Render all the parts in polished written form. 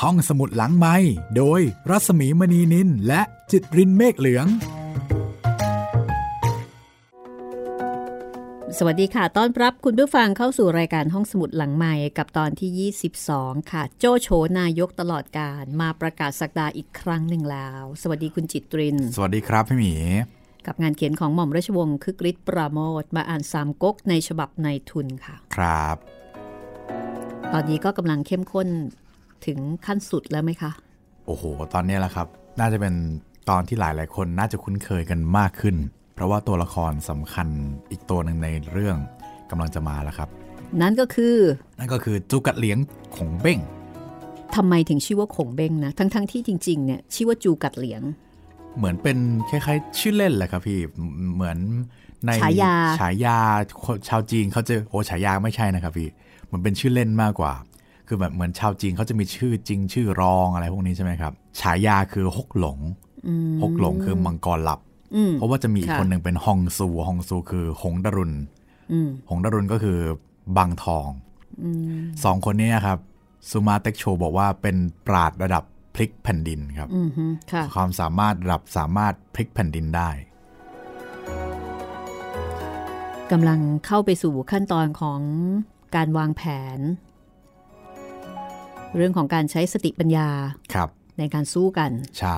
ห้องสมุดหลังไมค์โดยรัศมีมณีนินและจิตรินเมฆเหลืองสวัสดีค่ะต้อนรับคุณผู้ฟังเข้าสู่รายการห้องสมุดหลังไมค์กับตอนที่22ค่ะโจโฉนายกตลอดกาลมาประกาศศักดาอีกครั้งหนึ่งแล้วสวัสดีคุณจิตรินสวัสดีครับพี่หมีกับงานเขียนของหม่อมราชวงศ์คึกฤทธิ์ปราโมทย์มาอ่านสามก๊กในฉบับนายทุนค่ะครับตอนนี้ก็กำลังเข้มข้นถึงขั้นสุดแล้วไหมคะโอ้โหตอนนี้แหละครับน่าจะเป็นตอนที่หลายคนน่าจะคุ้นเคยกันมากขึ้นเพราะว่าตัวละครสำคัญอีกตัวหนึ่งในเรื่องกำลังจะมาแล้วครับนั่นก็คือจูกัดเหลียงขงเบ้งทำไมถึงชื่อว่าขงเบ้งนะทั้งที่จริงๆเนี่ยชื่อว่าจูกัดเหลียงเหมือนเป็นคล้ายๆชื่อเล่นแหละครับพี่เหมือนในฉายาชาวจีนเขาจะฉายาไม่ใช่นะครับพี่มันเป็นชื่อเล่นมากกว่าคือแบบเหมือนชาวจีนเขาจะมีชื่อจริงชื่อรองอะไรพวกนี้ใช่ไหมครับฉายาคือฮกหลงคือมังกรหลับเพราะว่าจะมีอีกคนหนึ่งเป็นฮองซูคือหงดารุนหงดารุนก็คือบังทองสองคนนี้ครับซูมาเต็กโชบอกว่าเป็นปราชญ์ระดับพลิกแผ่นดินครับความสามารถระดับสามารถพลิกแผ่นดินได้กำลังเข้าไปสู่ขั้นตอนของการวางแผนเรื่องของการใช้สติปัญญาในการสู้กันใช่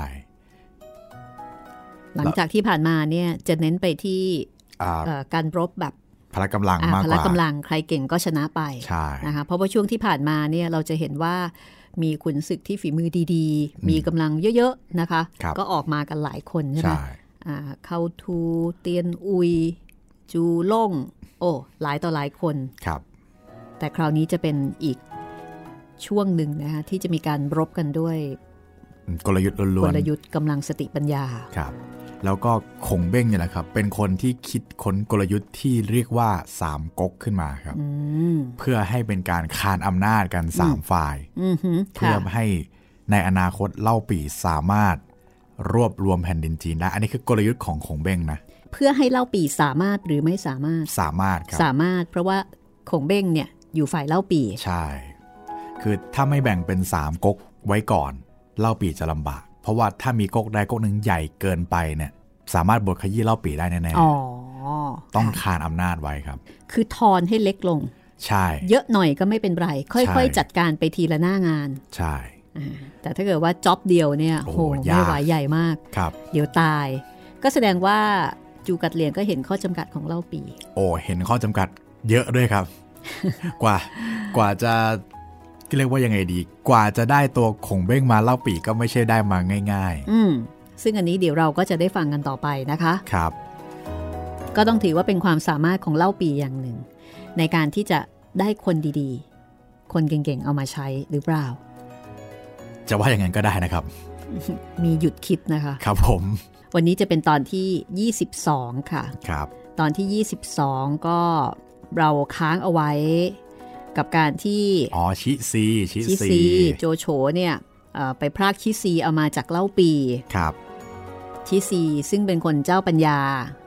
หลังจากที่ผ่านมาเนี่ยจะเน้นไปที่การรบแบบพละกำลังมากกว่าพละกำลังใครเก่งก็ชนะไปนะคะเพราะว่าช่วงที่ผ่านมาเนี่ยเราจะเห็นว่ามีขุนศึกที่ฝีมือดีๆมีกำลังเยอะๆนะคะก็ออกมากันหลายคนใช่ไหมเข้าทูเตียนอุยจูล่งหลายต่อหลายคนแต่คราวนี้จะเป็นอีกช่วงหนึ่งนะคะที่จะมีการรบกันด้วยกลยุทธ์ล้วนๆกลยุทธ์กำลังสติปัญญาครับแล้วก็ขงเบ้งเนี่ยแหละครับเป็นคนที่คิดค้นกลยุทธ์ที่เรียกว่าสามก๊กขึ้นมาครับเพื่อให้เป็นการคานอำนาจกัน3ฝ่ายเพื่อให้ในอนาคตเล่าปี่สามารถรวบรวมแผ่นดินจีนได้อันนี้คือกลยุทธ์ของขงเบ้งนะเพื่อให้เล่าปี่สามารถหรือไม่สามารถครับสามารถเพราะว่าขงเบ้งเนี่ยอยู่ฝ่ายเล่าปี่ใช่คือถ้าไม่แบ่งเป็น3ก๊กไว้ก่อนเล่าปี่จะลำบากเพราะว่าถ้ามีก๊กใดก๊กหนึ่งใหญ่เกินไปเนี่ยสามารถบดขยี้เล่าปี่ได้แน่ๆต้องคานอำนาจไว้ครับคือทอนให้เล็กลงใช่เยอะหน่อยก็ไม่เป็นไรค่อยๆจัดการไปทีละหน้างานใช่แต่ถ้าเกิดว่าจ็อบเดียวเนี่ยโหไม่ไหวใหญ่มากเดี๋ยวตายก็แสดงว่าจูกัดเหลียงก็เห็นข้อจำกัดของเล่าปี่เห็นข้อจำกัดเยอะด้วยครับ กว่าจะเรียกว่ายังไงดีกว่าจะได้ตัวขงเบ้งมาเล่าปี่ก็ไม่ใช่ได้มาง่ายๆซึ่งอันนี้เดี๋ยวเราก็จะได้ฟังกันต่อไปนะคะครับก็ต้องถือว่าเป็นความสามารถของเล่าปี่อย่างหนึ่งในการที่จะได้คนดีๆคนเก่งๆเอามาใช้หรือเปล่าจะว่าอย่างนั้นก็ได้นะครับมีหยุดคิดนะคะครับผมวันนี้จะเป็นตอนที่22ค่ะครับตอนที่22ก็เราค้างเอาไว้กับการที่ชิซีโจโฉเนี่ยไปพรากชิซีเอามาจากเล่าปีครับชิซีซึ่งเป็นคนเจ้าปัญญา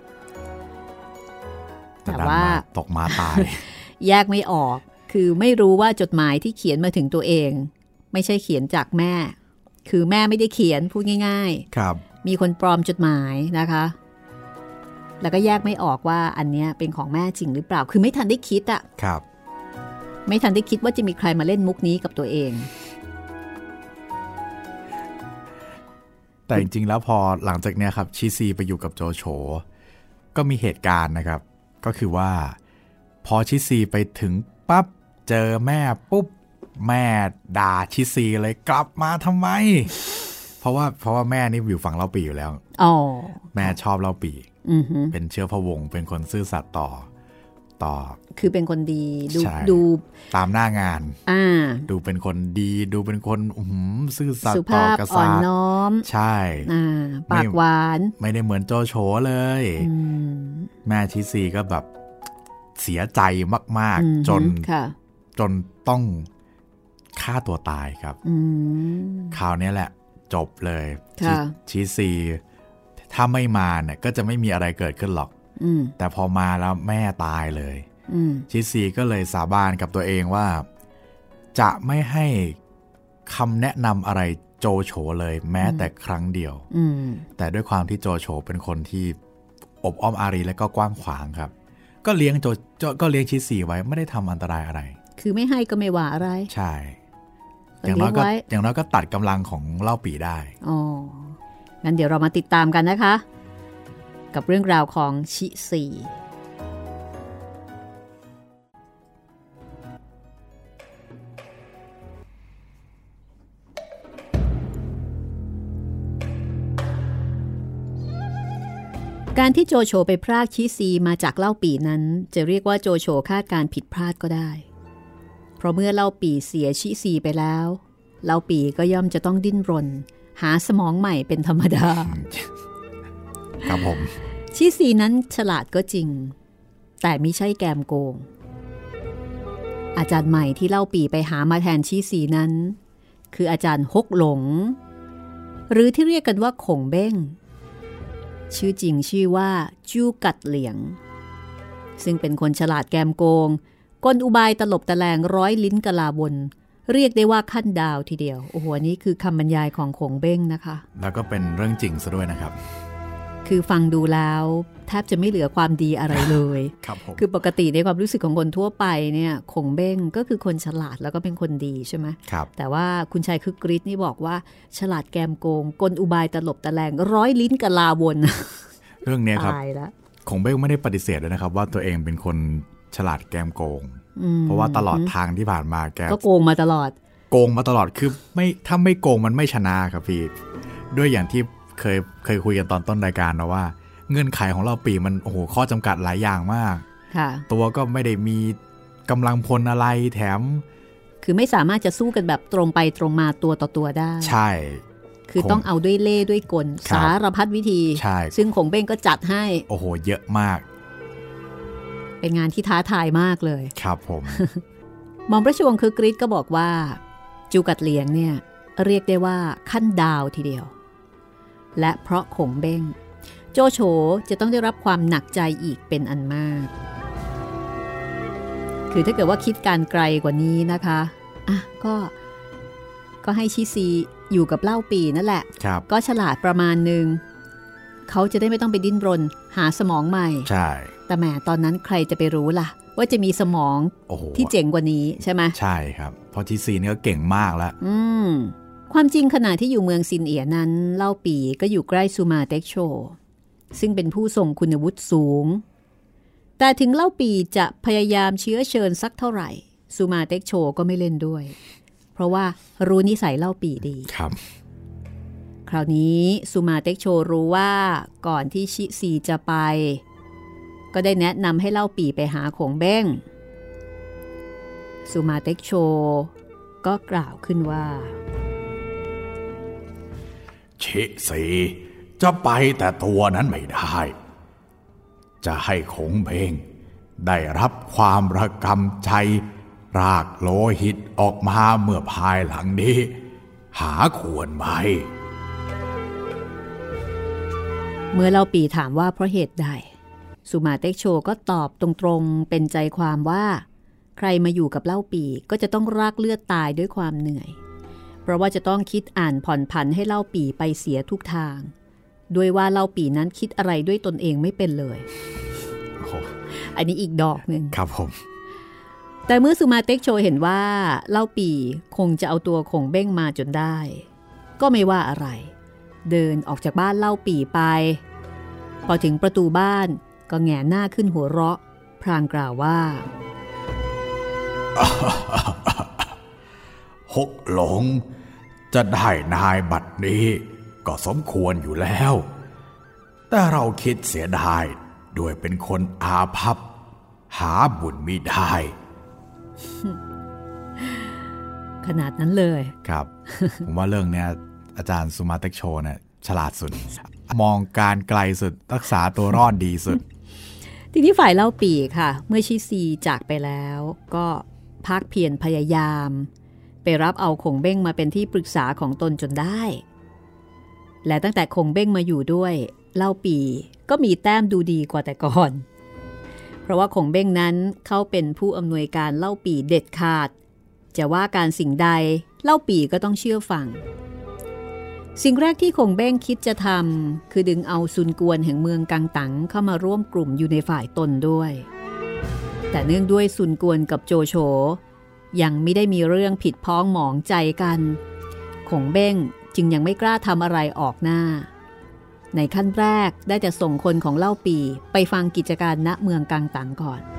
แต่ว่าตกมาตายแยกไม่ออกคือไม่รู้ว่าจดหมายที่เขียนมาถึงตัวเองไม่ใช่เขียนจากแม่คือแม่ไม่ได้เขียนพูดง่ายๆครับมีคนปลอมจดหมายนะคะแล้วก็แยกไม่ออกว่าอันเนี้ยเป็นของแม่จริงหรือเปล่าคือไม่ทันได้คิดอะครับไม่ทันได้คิดว่าจะมีใครมาเล่นมุกนี้กับตัวเองแต่จริงๆแล้วพอหลังจากเนี้ยครับชิซีไปอยู่กับโจโฉก็มีเหตุการณ์นะครับก็คือว่าพอชิซีไปถึงปั๊บเจอแม่ปุ๊บแม่ด่าชิซีเลยกลับมาทำไมเพราะว่าแม่นี่อยู่ฝั่งเล่าปี่อยู่แล้วแม่ชอบเล่าปี่เป็นเชื้อพระวงศ์เป็นคนซื่อสัตย์ต่อคือเป็นคนดีดูตามหน้างานดูเป็นคนดีดูเป็นคนซื่อสัตย์ต่อกษัตริย์อ่อนน้อมใช่ปากหวานไม่ได้เหมือนโจโฉเลยแม่ชิซีก็แบบเสียใจมากๆจนต้องฆ่าตัวตายครับคราวนี้แหละจบเลยชิซีถ้าไม่มาเนี่ยก็จะไม่มีอะไรเกิดขึ้นหรอกแต่พอมาแล้วแม่ตายเลยชิซีก็เลยสาบานกับตัวเองว่าจะไม่ให้คำแนะนำอะไรโจโฉเลยแม้แต่ครั้งเดียวแต่ด้วยความที่โจโฉเป็นคนที่อบอ้อมอารีและก็กว้างขวางครับก็เลี้ยงชิซีไว้ไม่ได้ทำอันตรายอะไรคือไม่ให้ก็ไม่ว่าอะไรใช่อย่างน้อยก็ตัดกำลังของเล่าปี่ได้อ๋องั้นเดี๋ยวเรามาติดตามกันนะคะกับเรื่องราวของชิซีการที่โจโฉไปพรากชิซีมาจากเล่าปี่นั้นจะเรียกว่าโจโฉคาดการผิดพลาดก็ได้เพราะเมื่อเล่าปี่เสียชิซีไปแล้วเล่าปี่ก็ย่อมจะต้องดิ้นรนหาสมองใหม่เป็นธรรมดาครับผมชิซีนั้นฉลาดก็จริงแต่ไม่ใช่แกมโกงอาจารย์ใหม่ที่เล่าปี่ไปหามาแทนชิซีนั้นคืออาจารย์ฮกหลงหรือที่เรียกกันว่าขงเบ้งชื่อจริงชื่อว่าจูกัดเหลียงซึ่งเป็นคนฉลาดแกมโกงกลอุบายตลบตะแลงร้อยลิ้นกะลาบนเรียกได้ว่าขั้นดาวทีเดียวโอ้โหนี่คือคำบรรยายของขงเบ้งนะคะแล้วก็เป็นเรื่องจริงซะด้วยนะครับคือฟังดูแล้วแทบจะไม่เหลือความดีอะไรเลยครับผมคือปกติในความรู้สึกของคนทั่วไปเนี่ยขงเบ้งก็คือคนฉลาดแล้วก็เป็นคนดีใช่ไหมครับแต่ว่าคุณชายคึกฤทธิ์นี่บอกว่าฉลาดแกมโกงกลอุบายตลบตะแลงร้อยลิ้นกะลาวนเรื่องนี้ครับขงเบ้งไม่ได้ปฏิเสธเลยนะครับว่าตัวเองเป็นคนฉลาดแกมโกงเพราะว่าตลอดทางที่ผ่านมาแกก็โกงมาตลอดคือไม่ถ้าไม่โกงมันไม่ชนะครับพี่ด้วยอย่างที่เคยคุยกันตอนต้นรายการนะว่าเงื่อนไขของเราปี่มันโอ้โหข้อจำกัดหลายอย่างมากตัวก็ไม่ได้มีกำลังพลอะไรแถมคือไม่สามารถจะสู้กันแบบตรงไปตรงมาตัวต่อตัวได้ใช่คือต้องเอาด้วยเล่ห์ด้วยกลสารพัดวิธีซึ่งขงเบ้งก็จัดให้โอ้โหเยอะมากเป็นงานที่ท้าทายมากเลยครับผมหม่อมราชวงศ์คึกฤทธิ์ก็บอกว่าจูกัดเหลียงเนี่ยเรียกได้ว่าขั้นดาวทีเดียวและเพราะขงเบ้งโจโฉจะต้องได้รับความหนักใจอีกเป็นอันมากคือถ้าเกิดว่าคิดการไกลกว่านี้นะคะอ่ะก็ให้ชิซีอยู่กับเล่าปี่นั่นแหละก็ฉลาดประมาณนึงเขาจะได้ไม่ต้องไปดิ้นรนหาสมองใหม่ใช่แต่แหมตอนนั้นใครจะไปรู้ล่ะว่าจะมีสมองที่เจ๋งกว่านี้ใช่ไหมใช่ครับเพราะชิซีนี่ก็เก่งมากแล้วความจริงขณะที่อยู่เมืองซินเอียนั้นเล่าปี่ก็อยู่ใกล้ซูมาเต็กโชซึ่งเป็นผู้ทรงคุณวุฒิสูงแต่ถึงเล่าปี่จะพยายามเชื้อเชิญสักเท่าไหร่ซูมาเต็กโชก็ไม่เล่นด้วยเพราะว่ารู้นิสัยเล่าปี่ดีครับคราวนี้ซูมาเต็กโชรู้ว่าก่อนที่ชิซีจะไปก็ได้แนะนำให้เล่าปี่ไปหาขงเบ้งซูมาเต็กโชก็กล่าวขึ้นว่าชิซีจะไปแต่ตัวนั้นไม่ได้จะให้ขงเบ้งได้รับความระกำใจรากโลหิตออกมาเมื่อภายหลังนี้หาควรไหมเมื่อเล่าปี่ถามว่าเพราะเหตุใดซูมาเต็กโชก็ตอบตรงๆเป็นใจความว่าใครมาอยู่กับเล่าปี่ก็จะต้องรากเลือดตายด้วยความเหนื่อยเพราะว่าจะต้องคิดอ่านผ่อนผันให้เล่าปี่ไปเสียทุกทางด้วยว่าเล่าปี่นั้นคิดอะไรด้วยตนเองไม่เป็นเลยอันนี้อีกดอกหนึ่งครับผมแต่เมื่อซูมาเต็กโชเห็นว่าเล่าปี่คงจะเอาตัวขงเบ้งมาจนได้ก็ไม่ว่าอะไรเดินออกจากบ้านเล่าปี่ไปพอถึงประตูบ้านก็แหงนหน้าขึ้นหัวเราะพลางกล่าวว่าฮกหลงจะได้นายบัดนี้ก็สมควรอยู่แล้วแต่เราคิดเสียดายด้วยเป็นคนอาภัพหาบุญมิได้ขนาดนั้นเลยครับ ผมว่าเรื่องนี้อาจารย์ซูมาเต็กโชเนี่ยฉลาดสุดมองการไกลสุดรักษาตัวรอดดีสุดทีนี้ฝ่ายเล่าปี่ค่ะเมื่อชิซีจากไปแล้วก็ภาคเพียรพยายามไปรับเอาขงเบ้งมาเป็นที่ปรึกษาของตนจนได้และตั้งแต่ขงเบ้งมาอยู่ด้วยเล่าปี่ก็มีแต้มดูดีกว่าแต่ก่อนเพราะว่าขงเบ้งนั้นเขาเป็นผู้อำนวยการเล่าปี่เด็ดขาดจะว่าการสิ่งใดเล่าปี่ก็ต้องเชื่อฟังสิ่งแรกที่คงเบ้งคิดจะทำคือดึงเอาซุนกวนแห่งเมืองกังตังเข้ามาร่วมกลุ่มอยู่ในฝ่ายตนด้วยแต่เนื่องด้วยซุนกวนกับโจโฉยังไม่ได้มีเรื่องผิดพ้องหมองใจกันคงเบ้งจึงยังไม่กล้าทำอะไรออกหน้าในขั้นแรกได้แต่ส่งคนของเล่าปี่ไปฟังกิจการณเมืองกังตังก่อน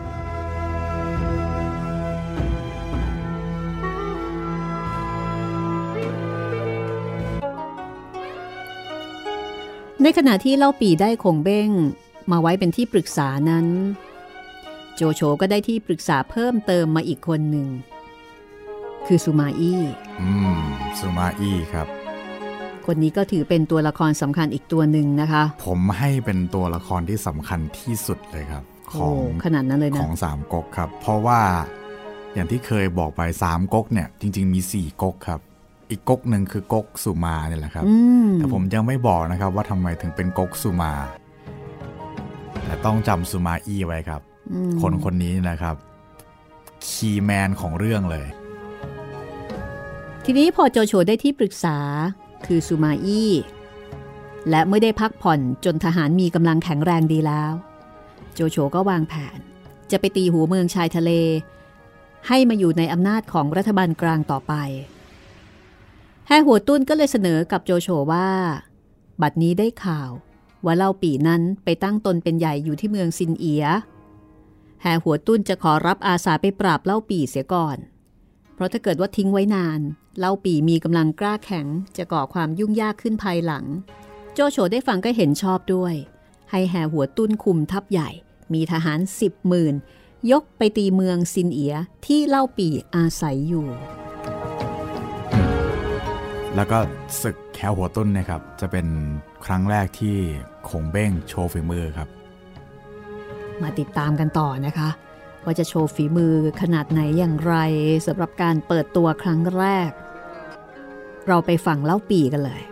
ในขณะที่เล่าปี่ได้คงเบ้งมาไว้เป็นที่ปรึกษานั้นโจโฉก็ได้ที่ปรึกษาเพิ่มเติมมาอีกคนหนึ่งคือซูมาอี้ซูมาอี้ครับคนนี้ก็ถือเป็นตัวละครสำคัญอีกตัวหนึ่งนะคะผมให้เป็นตัวละครที่สำคัญที่สุดเลยครับของขนาดนั้นเลยนะของสามก๊กครับเพราะว่าอย่างที่เคยบอกไปสามก๊กเนี่ยจริงๆมี4ก๊กครับอีกก๊กหนึ่งคือก๊กสุมาเนี่ยแหละครับแต่ผมยังไม่บอกนะครับว่าทำไมถึงเป็นก๊กสุมาแต่ต้องจำซูมาอี้ไว้ครับคนนี้นะครับคีย์แมนของเรื่องเลยทีนี้พอโจโฉได้ที่ปรึกษาคือซูมาอี้และเมื่อได้พักผ่อนจนทหารมีกำลังแข็งแรงดีแล้วโจโฉก็วางแผนจะไปตีหัวเมืองชายทะเลให้มาอยู่ในอำนาจของรัฐบาลกลางต่อไปแฮ่หัวตุ้นก็เลยเสนอกับโจโฉว่าบัดนี้ได้ข่าวว่าเล่าปี่นั้นไปตั้งตนเป็นใหญ่อยู่ที่เมืองซินเอียแฮ่หัวตุ้นจะขอรับอาสาไปปราบเล่าปี่เสียก่อนเพราะถ้าเกิดว่าทิ้งไว้นานเล่าปี่มีกำลังกล้าแข็งจะก่อความยุ่งยากขึ้นภายหลังโจโฉได้ฟังก็เห็นชอบด้วยให้แฮ่หัวตุ้นคุมทัพใหญ่มีทหาร10,000ยกไปตีเมืองซินเอียที่เล่าปี่อาศัยอยู่แล้วก็ศึกแฮ่หัวตุ้นนะครับจะเป็นครั้งแรกที่คงเบ้งโชว์ฝีมือครับมาติดตามกันต่อนะคะว่าจะโชว์ฝีมือขนาดไหนอย่างไรสำหรับการเปิดตัวครั้งแรกเราไปฟังเล่าปี่กันเลย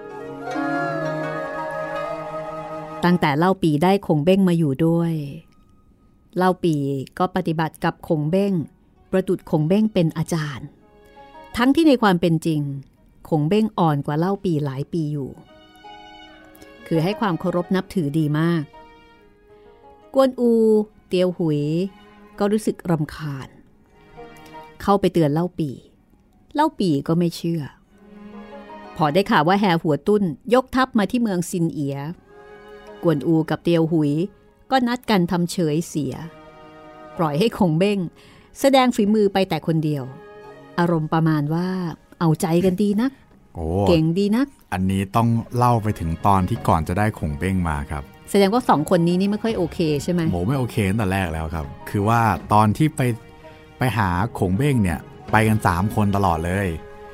ตั้งแต่เล่าปี่ได้คงเบ้งมาอยู่ด้วยเล่าปี่ก็ปฏิบัติกับคงเบ้งประดุจคงเบ้งเป็นอาจารย์ทั้งที่ในความเป็นจริงคงเบ้งอ่อนกว่าเล่าปี่หลายปีอยู่คือให้ความเคารพนับถือดีมากกวนอูเตียวหุยก็รู้สึกรำคาญเข้าไปเตือนเล่าปี่ก็ไม่เชื่อพอได้ข่าวว่าแฮ่หัวตุ้นยกทัพมาที่เมืองซินเอียกวนอูกับเตียวหุยก็นัดกันทำเฉยเสียปล่อยให้คงเบ้งแสดงฝีมือไปแต่คนเดียวอารมณ์ประมาณว่าเอาใจกันดีนักเก่งดีนักอันนี้ต้องเล่าไปถึงตอนที่ก่อนจะได้คงเบ้งมาครับแสดงว่า2คนนี้นี่ไม่ค่อยโอเคใช่ไหมโหไม่โอเคตั้งแต่แรกแล้วครับคือว่าตอนที่ไปหาคงเบ้งเนี่ยไปกัน3คนตลอดเลย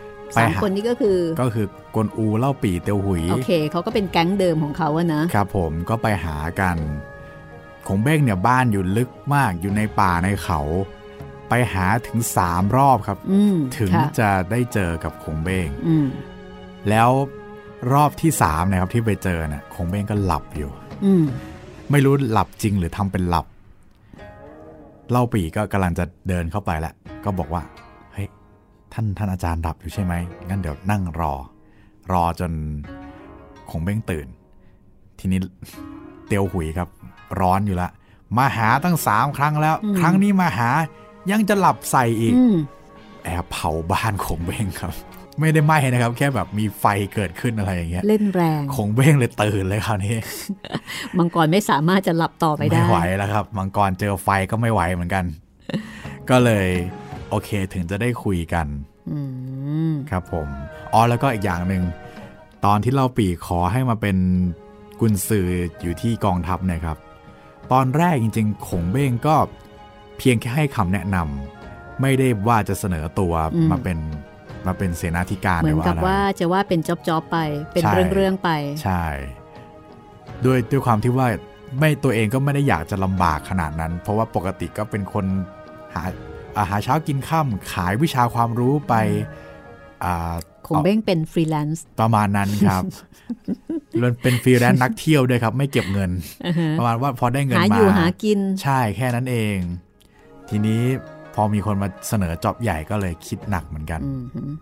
3คนนี้ก็คือกวนอูเล่าปี่เตียวหุยโอเคเขาก็เป็นแก๊งเดิมของเขาอะนะครับผมก็ไปหากันคงเบ้งเนี่ยบ้านอยู่ลึกมากอยู่ในป่าในเขาไปหาถึง3รอบครับถึงจะได้เจอกับคงเบ้งแล้วรอบที่3นะครับที่ไปเจอเนี่ยคงเบ้งก็หลับอยู่ไม่รู้หลับจริงหรือทำเป็นหลับเล่าปี่ก็กำลังจะเดินเข้าไปแล้วก็บอกว่าเฮ้ยท่านอาจารย์หลับอยู่ใช่ไหมงั้นเดี๋ยวนั่งรอจนคงเบ้งตื่นทีนี้เตียวหุยครับร้อนอยู่ละมาหาตั้ง3ครั้งแล้วครั้งนี้มาหายังจะหลับใส่อีกแอบเผาบ้านคงเบ้งครับไม่ได้ไหม้นะครับแค่แบบมีไฟเกิดขึ้นอะไรอย่างเงี้ยเล่นแรงคงเบ้งเลยตื่นเลยคราวนี้มังกรไม่สามารถจะหลับต่อไปได้ไม่ไหวแล้วครับมังกรเจอไฟก็ไม่ไหวเหมือนกัน ก็เลยโอเคถึงจะได้คุยกันครับผมแล้วก็อีกอย่างหนึ่งตอนที่เล่าปี่ขอให้มาเป็นกุนซืออยู่ที่กองทัพเนี่ยครับตอนแรกจริงๆคงเบ้งก็เพียงแค่ให้คำแนะนำไม่ได้ว่าจะเสนอตัวมาเป็นเสนาธิการเหมือนกับว่าจะว่าเป็นจ๊อบไปเป็นเรื่องไปใช่ด้วยความที่ว่าไม่ตัวเองก็ไม่ได้อยากจะลำบากขนาดนั้นเพราะว่าปกติก็เป็นคนหาเช้ากินค่ำขายวิชาความรู้ไปคงเบ้งเป็นฟรีแลนซ์ประมาณนั้นครับเป็นฟรีแลนซ์นักเที่ยวด้วยครับไม่เก็บเงินประมาณว่าพอได้เงินมาหาอยู่หากินใช่แค่นั้นเองทีนี้พอมีคนมาเสนอจ็อบใหญ่ก็เลยคิดหนักเหมือนกัน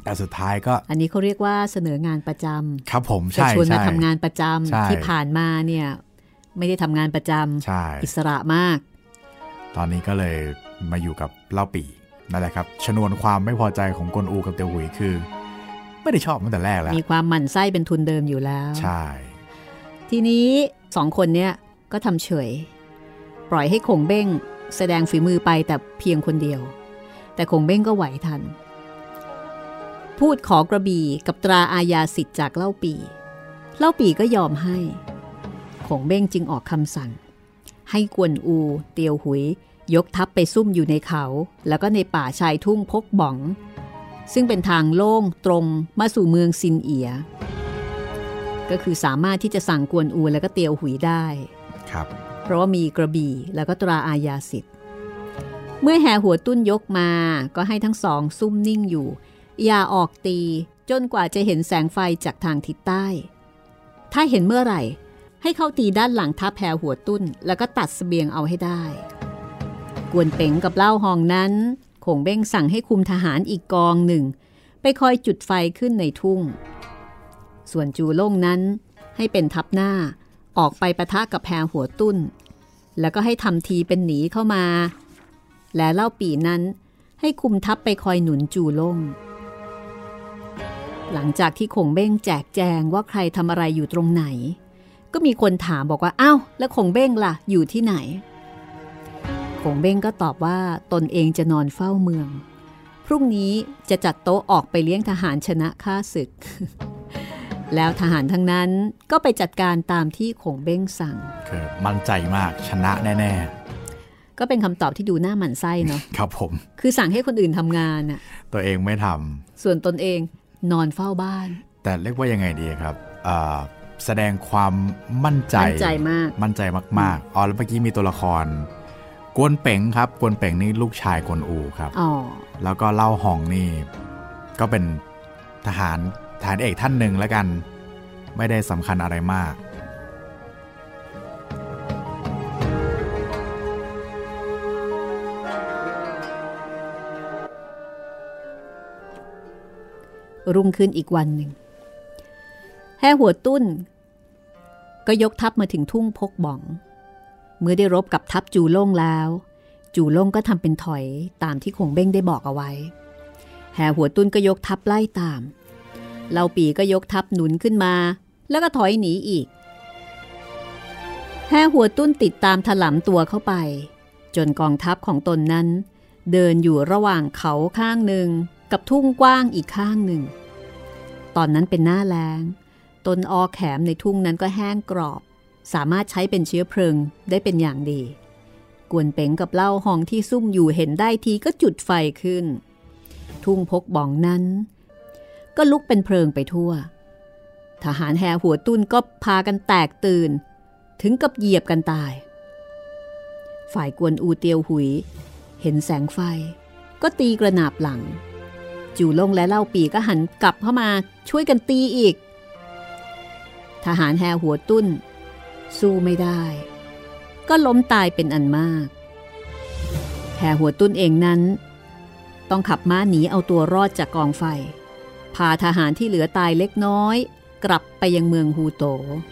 แต่สุดท้ายก็อันนี้เขาเรียกว่าเสนองานประจำครับผมใช่ชวนมาทำงานประจำที่ผ่านมาเนี่ยไม่ได้ทำงานประจำอิสระมากตอนนี้ก็เลยมาอยู่กับเล่าปี่นั่นแหละครับชนวนความไม่พอใจของกวนอูกับเตียวหุยคือไม่ได้ชอบตั้งแต่แรกแล้วมีความหมั่นไส้เป็นทุนเดิมอยู่แล้วใช่ทีนี้สองคนเนี่ยก็ทำเฉยปล่อยให้คงเบ้งแสดงฝีมือไปแต่เพียงคนเดียวแต่คงเบ้งก็ไหวทันพูดขอกระบี่กับตราอาญาสิทธิ์จากเล่าปี่ก็ยอมให้คงเบ้งจึงออกคำสั่งให้กวนอูเตียวหุยยกทัพไปซุ่มอยู่ในเขาแล้วก็ในป่าชายทุ่งพกบ่องซึ่งเป็นทางโล่งตรงมาสู่เมืองซินเอียก็คือสามารถที่จะสั่งกวนอูแล้วก็เตียวหุยได้ครับเพราะว่ามีกระบี่แล้วก็ตราอาญาสิทธิ์เมื่อแห่หัวตุ้นยกมาก็ให้ทั้งสองซุ่มนิ่งอยู่อย่าออกตีจนกว่าจะเห็นแสงไฟจากทางทิศใต้ถ้าเห็นเมื่อไหร่ให้เข้าตีด้านหลังทัพแห่หัวตุ้นแล้วก็ตัดเสบียงเอาให้ได้กวนเป๋งกับเล่าหองนั้นคงเบ้งสั่งให้คุมทหารอีกกองหนึ่งไปคอยจุดไฟขึ้นในทุ่งส่วนจูล่งนั้นให้เป็นทัพหน้าออกไปปะทะกับแพหัวตุ้นแล้วก็ให้ทำทีเป็นหนีเข้ามาและเล่าปี่นั้นให้คุมทัพไปคอยหนุนจูล่งหลังจากที่คงเบ้งแจกแจงว่าใครทำอะไรอยู่ตรงไหนก็มีคนถามบอกว่าอ้าวแล้วคงเบ้งล่ะอยู่ที่ไหนคงเบ้งก็ตอบว่าตนเองจะนอนเฝ้าเมืองพรุ่งนี้จะจัดโต๊ะออกไปเลี้ยงทหารชนะข้าศึก แล้วทหารทั้งนั้นก็ไปจัดการตามที่คงเบ้งสั่งคือมั่นใจมากชนะแน่ๆก็เป็นคำตอบที่ดูหน้าหมั่นไส้เนาะครับผมคือสั่งให้คนอื่นทำงานน่ะตัวเองไม่ทำส่วนตนเองนอนเฝ้าบ้านแต่เรียกว่ายังไงดีครับแสดงความมั่นใจมากมั่นใจมากๆแล้วเมื่อกี้มีตัวละครกวนเป๋งครับกวนเป๋งนี่ลูกชายกวนอูครับแล้วก็เล่าหองนี่ก็เป็นทหารเอกท่านหนึ่งแล้วกันไม่ได้สำคัญอะไรมากรุ่งขึ้นอีกวันหนึ่งแห่หัวตุ้นก็ยกทัพมาถึงทุ่งพกบ่องเมื่อได้รบกับทัพจูล่งแล้วจูล่งก็ทำเป็นถอยตามที่คงเบ้งได้บอกเอาไว้แห่หัวตุ้นก็ยกทัพไล่ตามเล่าปี่ก็ยกทัพหนุนขึ้นมาแล้วก็ถอยหนีอีกแห่หัวตุ้นติดตามถลำตัวเข้าไปจนกองทัพของตนนั้นเดินอยู่ระหว่างเขาข้างหนึ่งกับทุ่งกว้างอีกข้างหนึ่งตอนนั้นเป็นหน้าแล้งต้นอ้อแขมในทุ่งนั้นก็แห้งกรอบสามารถใช้เป็นเชื้อเพลิงได้เป็นอย่างดีกวนเป๋งกับเล่าหองที่ซุ่มอยู่เห็นได้ทีก็จุดไฟขึ้นทุ่งพกบ่องนั้นก็ลุกเป็นเพลิงไปทั่วทหารแห่หัวตุ้นก็พากันแตกตื่นถึงกับเหยียบกันตายฝ่ายกวนอูเตียวหุยเห็นแสงไฟก็ตีกระหนาบหลังจูล่งและเล่าปี่ก็หันกลับเข้ามาช่วยกันตีอีกทหารแห่หัวตุ้นสู้ไม่ได้ก็ล้มตายเป็นอันมากแห่หัวตุ้นเองนั้นต้องขับม้าหนีเอาตัวรอดจากกองไฟพาทหารที่เหลือตายเล็กน้อยกลับไปยังเมืองฮูโต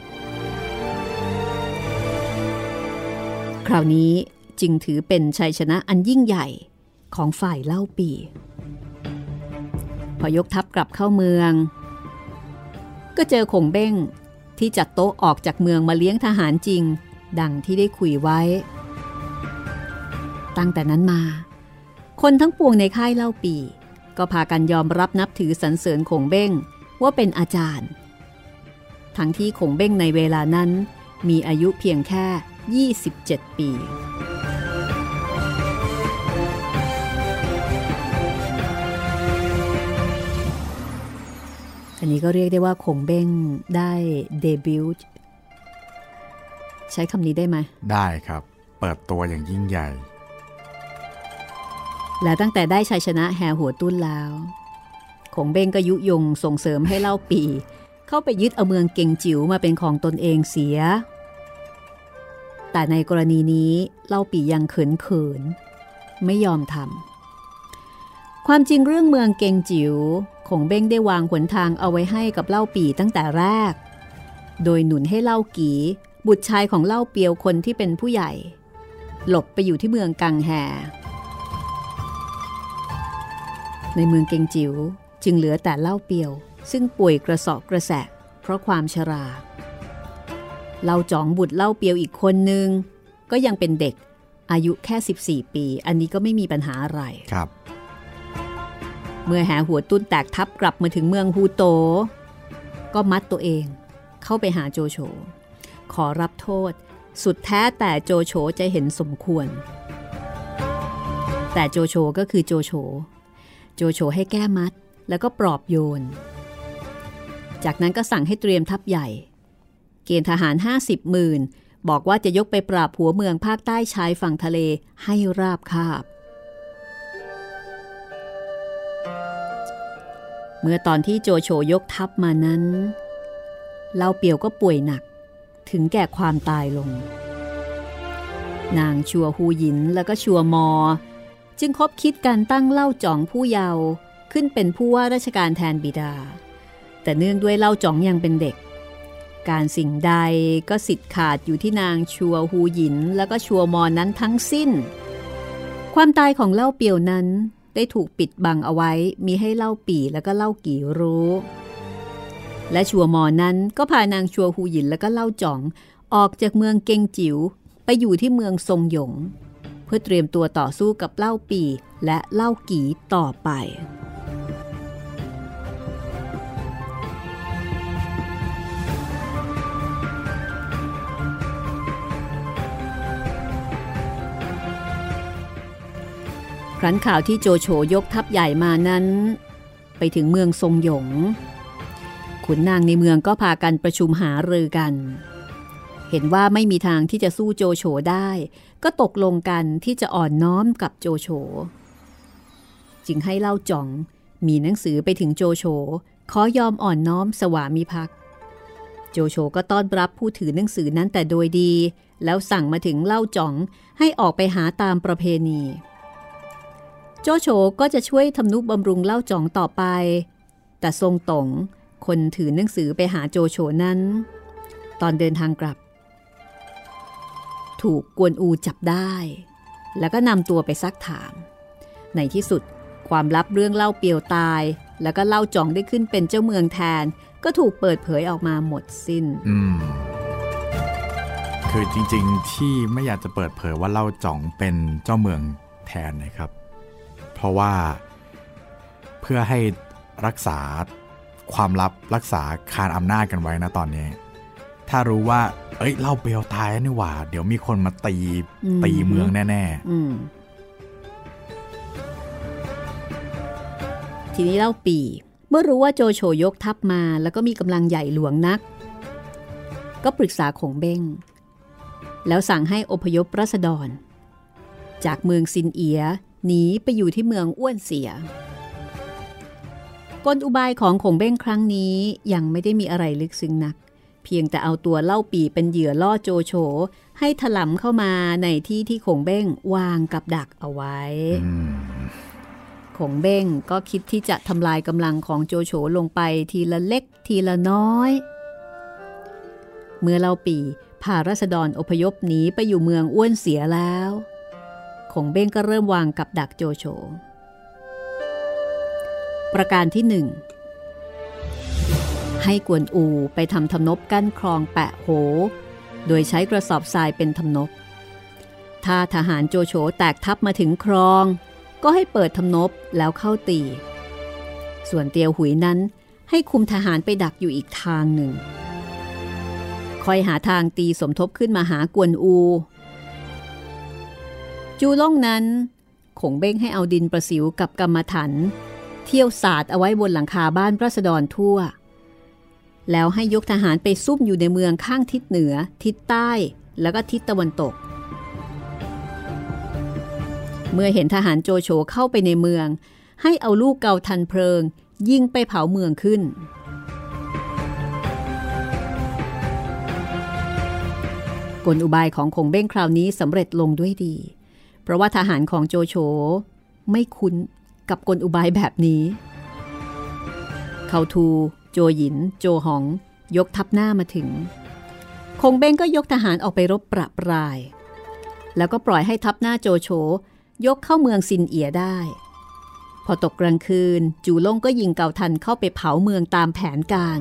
คราวนี้จึงถือเป็นชัยชนะอันยิ่งใหญ่ของฝ่ายเล่าปี่พอยกทัพกลับเข้าเมืองก็เจอคงเบ้งที่จัดโต๊ะออกจากเมืองมาเลี้ยงทหารจริงดังที่ได้คุยไว้ตั้งแต่นั้นมาคนทั้งปวงในค่ายเล่าปี่ก็พากันยอมรับนับถือสรรเสริญคงเบ้งว่าเป็นอาจารย์ทั้งที่คงเบ้งในเวลานั้นมีอายุเพียงแค่27 ปีอันนี้ก็เรียกได้ว่าคงเบ้งได้เดบิวต์ใช้คำนี้ได้ไหมได้ครับเปิดตัวอย่างยิ่งใหญ่และตั้งแต่ได้ชัยชนะแห่หัวตุ้นแล้วคงเบ้งก็ยุยงส่งเสริมให้เล่าปี่เข้าไปยึดเอาเมืองเก่งจิ๋วมาเป็นของตนเองเสียแต่ในกรณีนี้เล่าปี่ยังเขินไม่ยอมทำความจริงเรื่องเมืองเก่งจิ๋วคงเบ้งได้วางหนทางเอาไว้ให้กับเล่าปี่ตั้งแต่แรกโดยหนุนให้เล่ากีบุตรชายของเล่าเปียวคนที่เป็นผู้ใหญ่หลบไปอยู่ที่เมืองกังแฮในเมืองเกงจิ๋วจึงเหลือแต่เล่าเปียวซึ่งป่วยกระเสาะกระแสะเพราะความชราเล่าจ๋องบุตรเล่าเปียวอีกคนนึงก็ยังเป็นเด็กอายุแค่14ปีอันนี้ก็ไม่มีปัญหาอะไรครับเมื่อแหหัวตุ้นแตกทับกลับมาถึงเมืองฮูโตก็มัดตัวเองเข้าไปหาโจโฉขอรับโทษสุดแท้แต่โจโฉจะเห็นสมควรแต่โจโฉก็คือโจโฉให้แก้มัดแล้วก็ปลอบโยนจากนั้นก็สั่งให้เตรียมทัพใหญ่เกณฑ์ทหาร 50,000 บอกว่าจะยกไปปราบหัวเมืองภาคใต้ชายฝั่งทะเลให้ราบคาบเมื่อตอนที่โจโฉยกทัพมานั้นเล่าเปียวก็ป่วยหนักถึงแก่ความตายลงนางชัวฮูหยินแล้วก็ชัวมอจึงคบคิดการตั้งเล่าจ๋องผู้เยาว์ขึ้นเป็นผู้ว่าราชการแทนบิดาแต่เนื่องด้วยเล่าจ๋องยังเป็นเด็กการสิ่งใดก็สิทธิ์ขาดอยู่ที่นางชัวฮูหยินแล้วก็ชัวมอนั้นทั้งสิ้นความตายของเล่าเปียวนั้นได้ถูกปิดบังเอาไว้มิให้เล่าปี่แล้วก็เล่ากี่รู้และชัวมอนั้นก็พานางชัวฮูหยินแล้วก็เล่าจ๋องออกจากเมืองเกงจิ๋วไปอยู่ที่เมืองซงหยงเพื่อเตรียมตัวต่อสู้กับเล่าปี่และเล่ากี่ต่อไปครั้นข่าวที่โจโฉยกทัพใหญ่มานั้นไปถึงเมืองซงหยงขุนนางในเมืองก็พากันประชุมหารือกันเห็นว่าไม่มีทางที่จะสู้โจโฉได้ก็ตกลงกันที่จะอ่อนน้อมกับโจโฉจึงให้เล่าจ๋องมีหนังสือไปถึงโจโฉขอยอมอ่อนน้อมสวามิภักดิ์โจโฉก็ต้อนรับผู้ถือหนังสือนั้นแต่โดยดีแล้วสั่งมาถึงเล่าจ๋องให้ออกไปหาตามประเพณีโจโฉก็จะช่วยทำนุบำรุงเล่าจ๋องต่อไปแต่ทรงต๋งคนถือหนังสือไปหาโจโฉนั้นตอนเดินทางกลับถูกกวนอูจับได้แล้วก็นำตัวไปซักถามในที่สุดความลับเรื่องเล่าเปียวตายแล้วก็เล่าจ๋องได้ขึ้นเป็นเจ้าเมืองแทนก็ถูกเปิดเผยออกมาหมดสิ้นคือจริงๆที่ไม่อยากจะเปิดเผยว่าเล่าจ๋องเป็นเจ้าเมืองแทนนะครับเพราะว่าเพื่อให้รักษาความลับรักษาคานอำนาจกันไว้นะตอนนี้ถ้ารู้ว่าเล่าเปียวตายนี่หว่าเดี๋ยวมีคนมาตีเมืองแน่ทีนี้เล่าปี่เมื่อรู้ว่าโจโฉยกทัพมาแล้วก็มีกำลังใหญ่หลวงนักก็ปรึกษาขงเบ้งแล้วสั่งให้อพยพราษฎรจากเมืองซินเอียหนีไปอยู่ที่เมืองอ้วนเสียกลอุบายของขงเบ้งครั้งนี้ยังไม่ได้มีอะไรลึกซึ้งนักเพียงแต่เอาตัวเล่าปี่เป็นเหยื่อล่อโจโฉให้ถลำเข้ามาในที่ที่ขงเบ้งวางกับดักเอาไว้ขงเบ้งก็คิดที่จะทำลายกำลังของโจโฉลงไปทีละเล็กทีละน้อยเมื่อเล่าปี่พาราษฎรอพยพหนีไปอยู่เมืองอ้วนเสียแล้วขงเบ้งก็เริ่มวางกับดักโจโฉประการที่ 1ให้กวนอูไปทำทำนบกั้นคลองแปะโหโดยใช้กระสอบทรายเป็นทำนบถ้าทหารโจโฉแตกทัพมาถึงคลองก็ให้เปิดทำนบแล้วเข้าตีส่วนเตียวหุยนั้นให้คุมทหารไปดักอยู่อีกทางหนึ่งคอยหาทางตีสมทบขึ้นมาหากวนอูจูล่งนั้นขงเบ้งให้เอาดินประสิวกับกำมะถันเที่ยวสาดเอาไว้บนหลังคาบ้านราษฎรทั่วแล้วให้ยกทหารไปซุ่มอยู่ในเมืองข้างทิศเหนือทิศใต้แล้วก็ทิศตะวันตกเมื่อเห็นทหารโจโฉเข้าไปในเมืองให้เอาลูกเกาทันเพลิงยิงไปเผาเมืองขึ้นกลอุบายของขงเบ้งคราวนี้สำเร็จลงด้วยดีเพราะว่าทหารของโจโฉไม่คุ้นกับกลอุบายแบบนี้เคาทูโจหยินโจหองยกทัพหน้ามาถึงคงเบ้งก็ยกทหารออกไปรบปราบปรายแล้วก็ปล่อยให้ทัพหน้าโจโฉยกเข้าเมืองซินเอียได้พอตกกลางคืนจูล่งก็ยิงเกาทันเข้าไปเผาเมืองตามแผนการ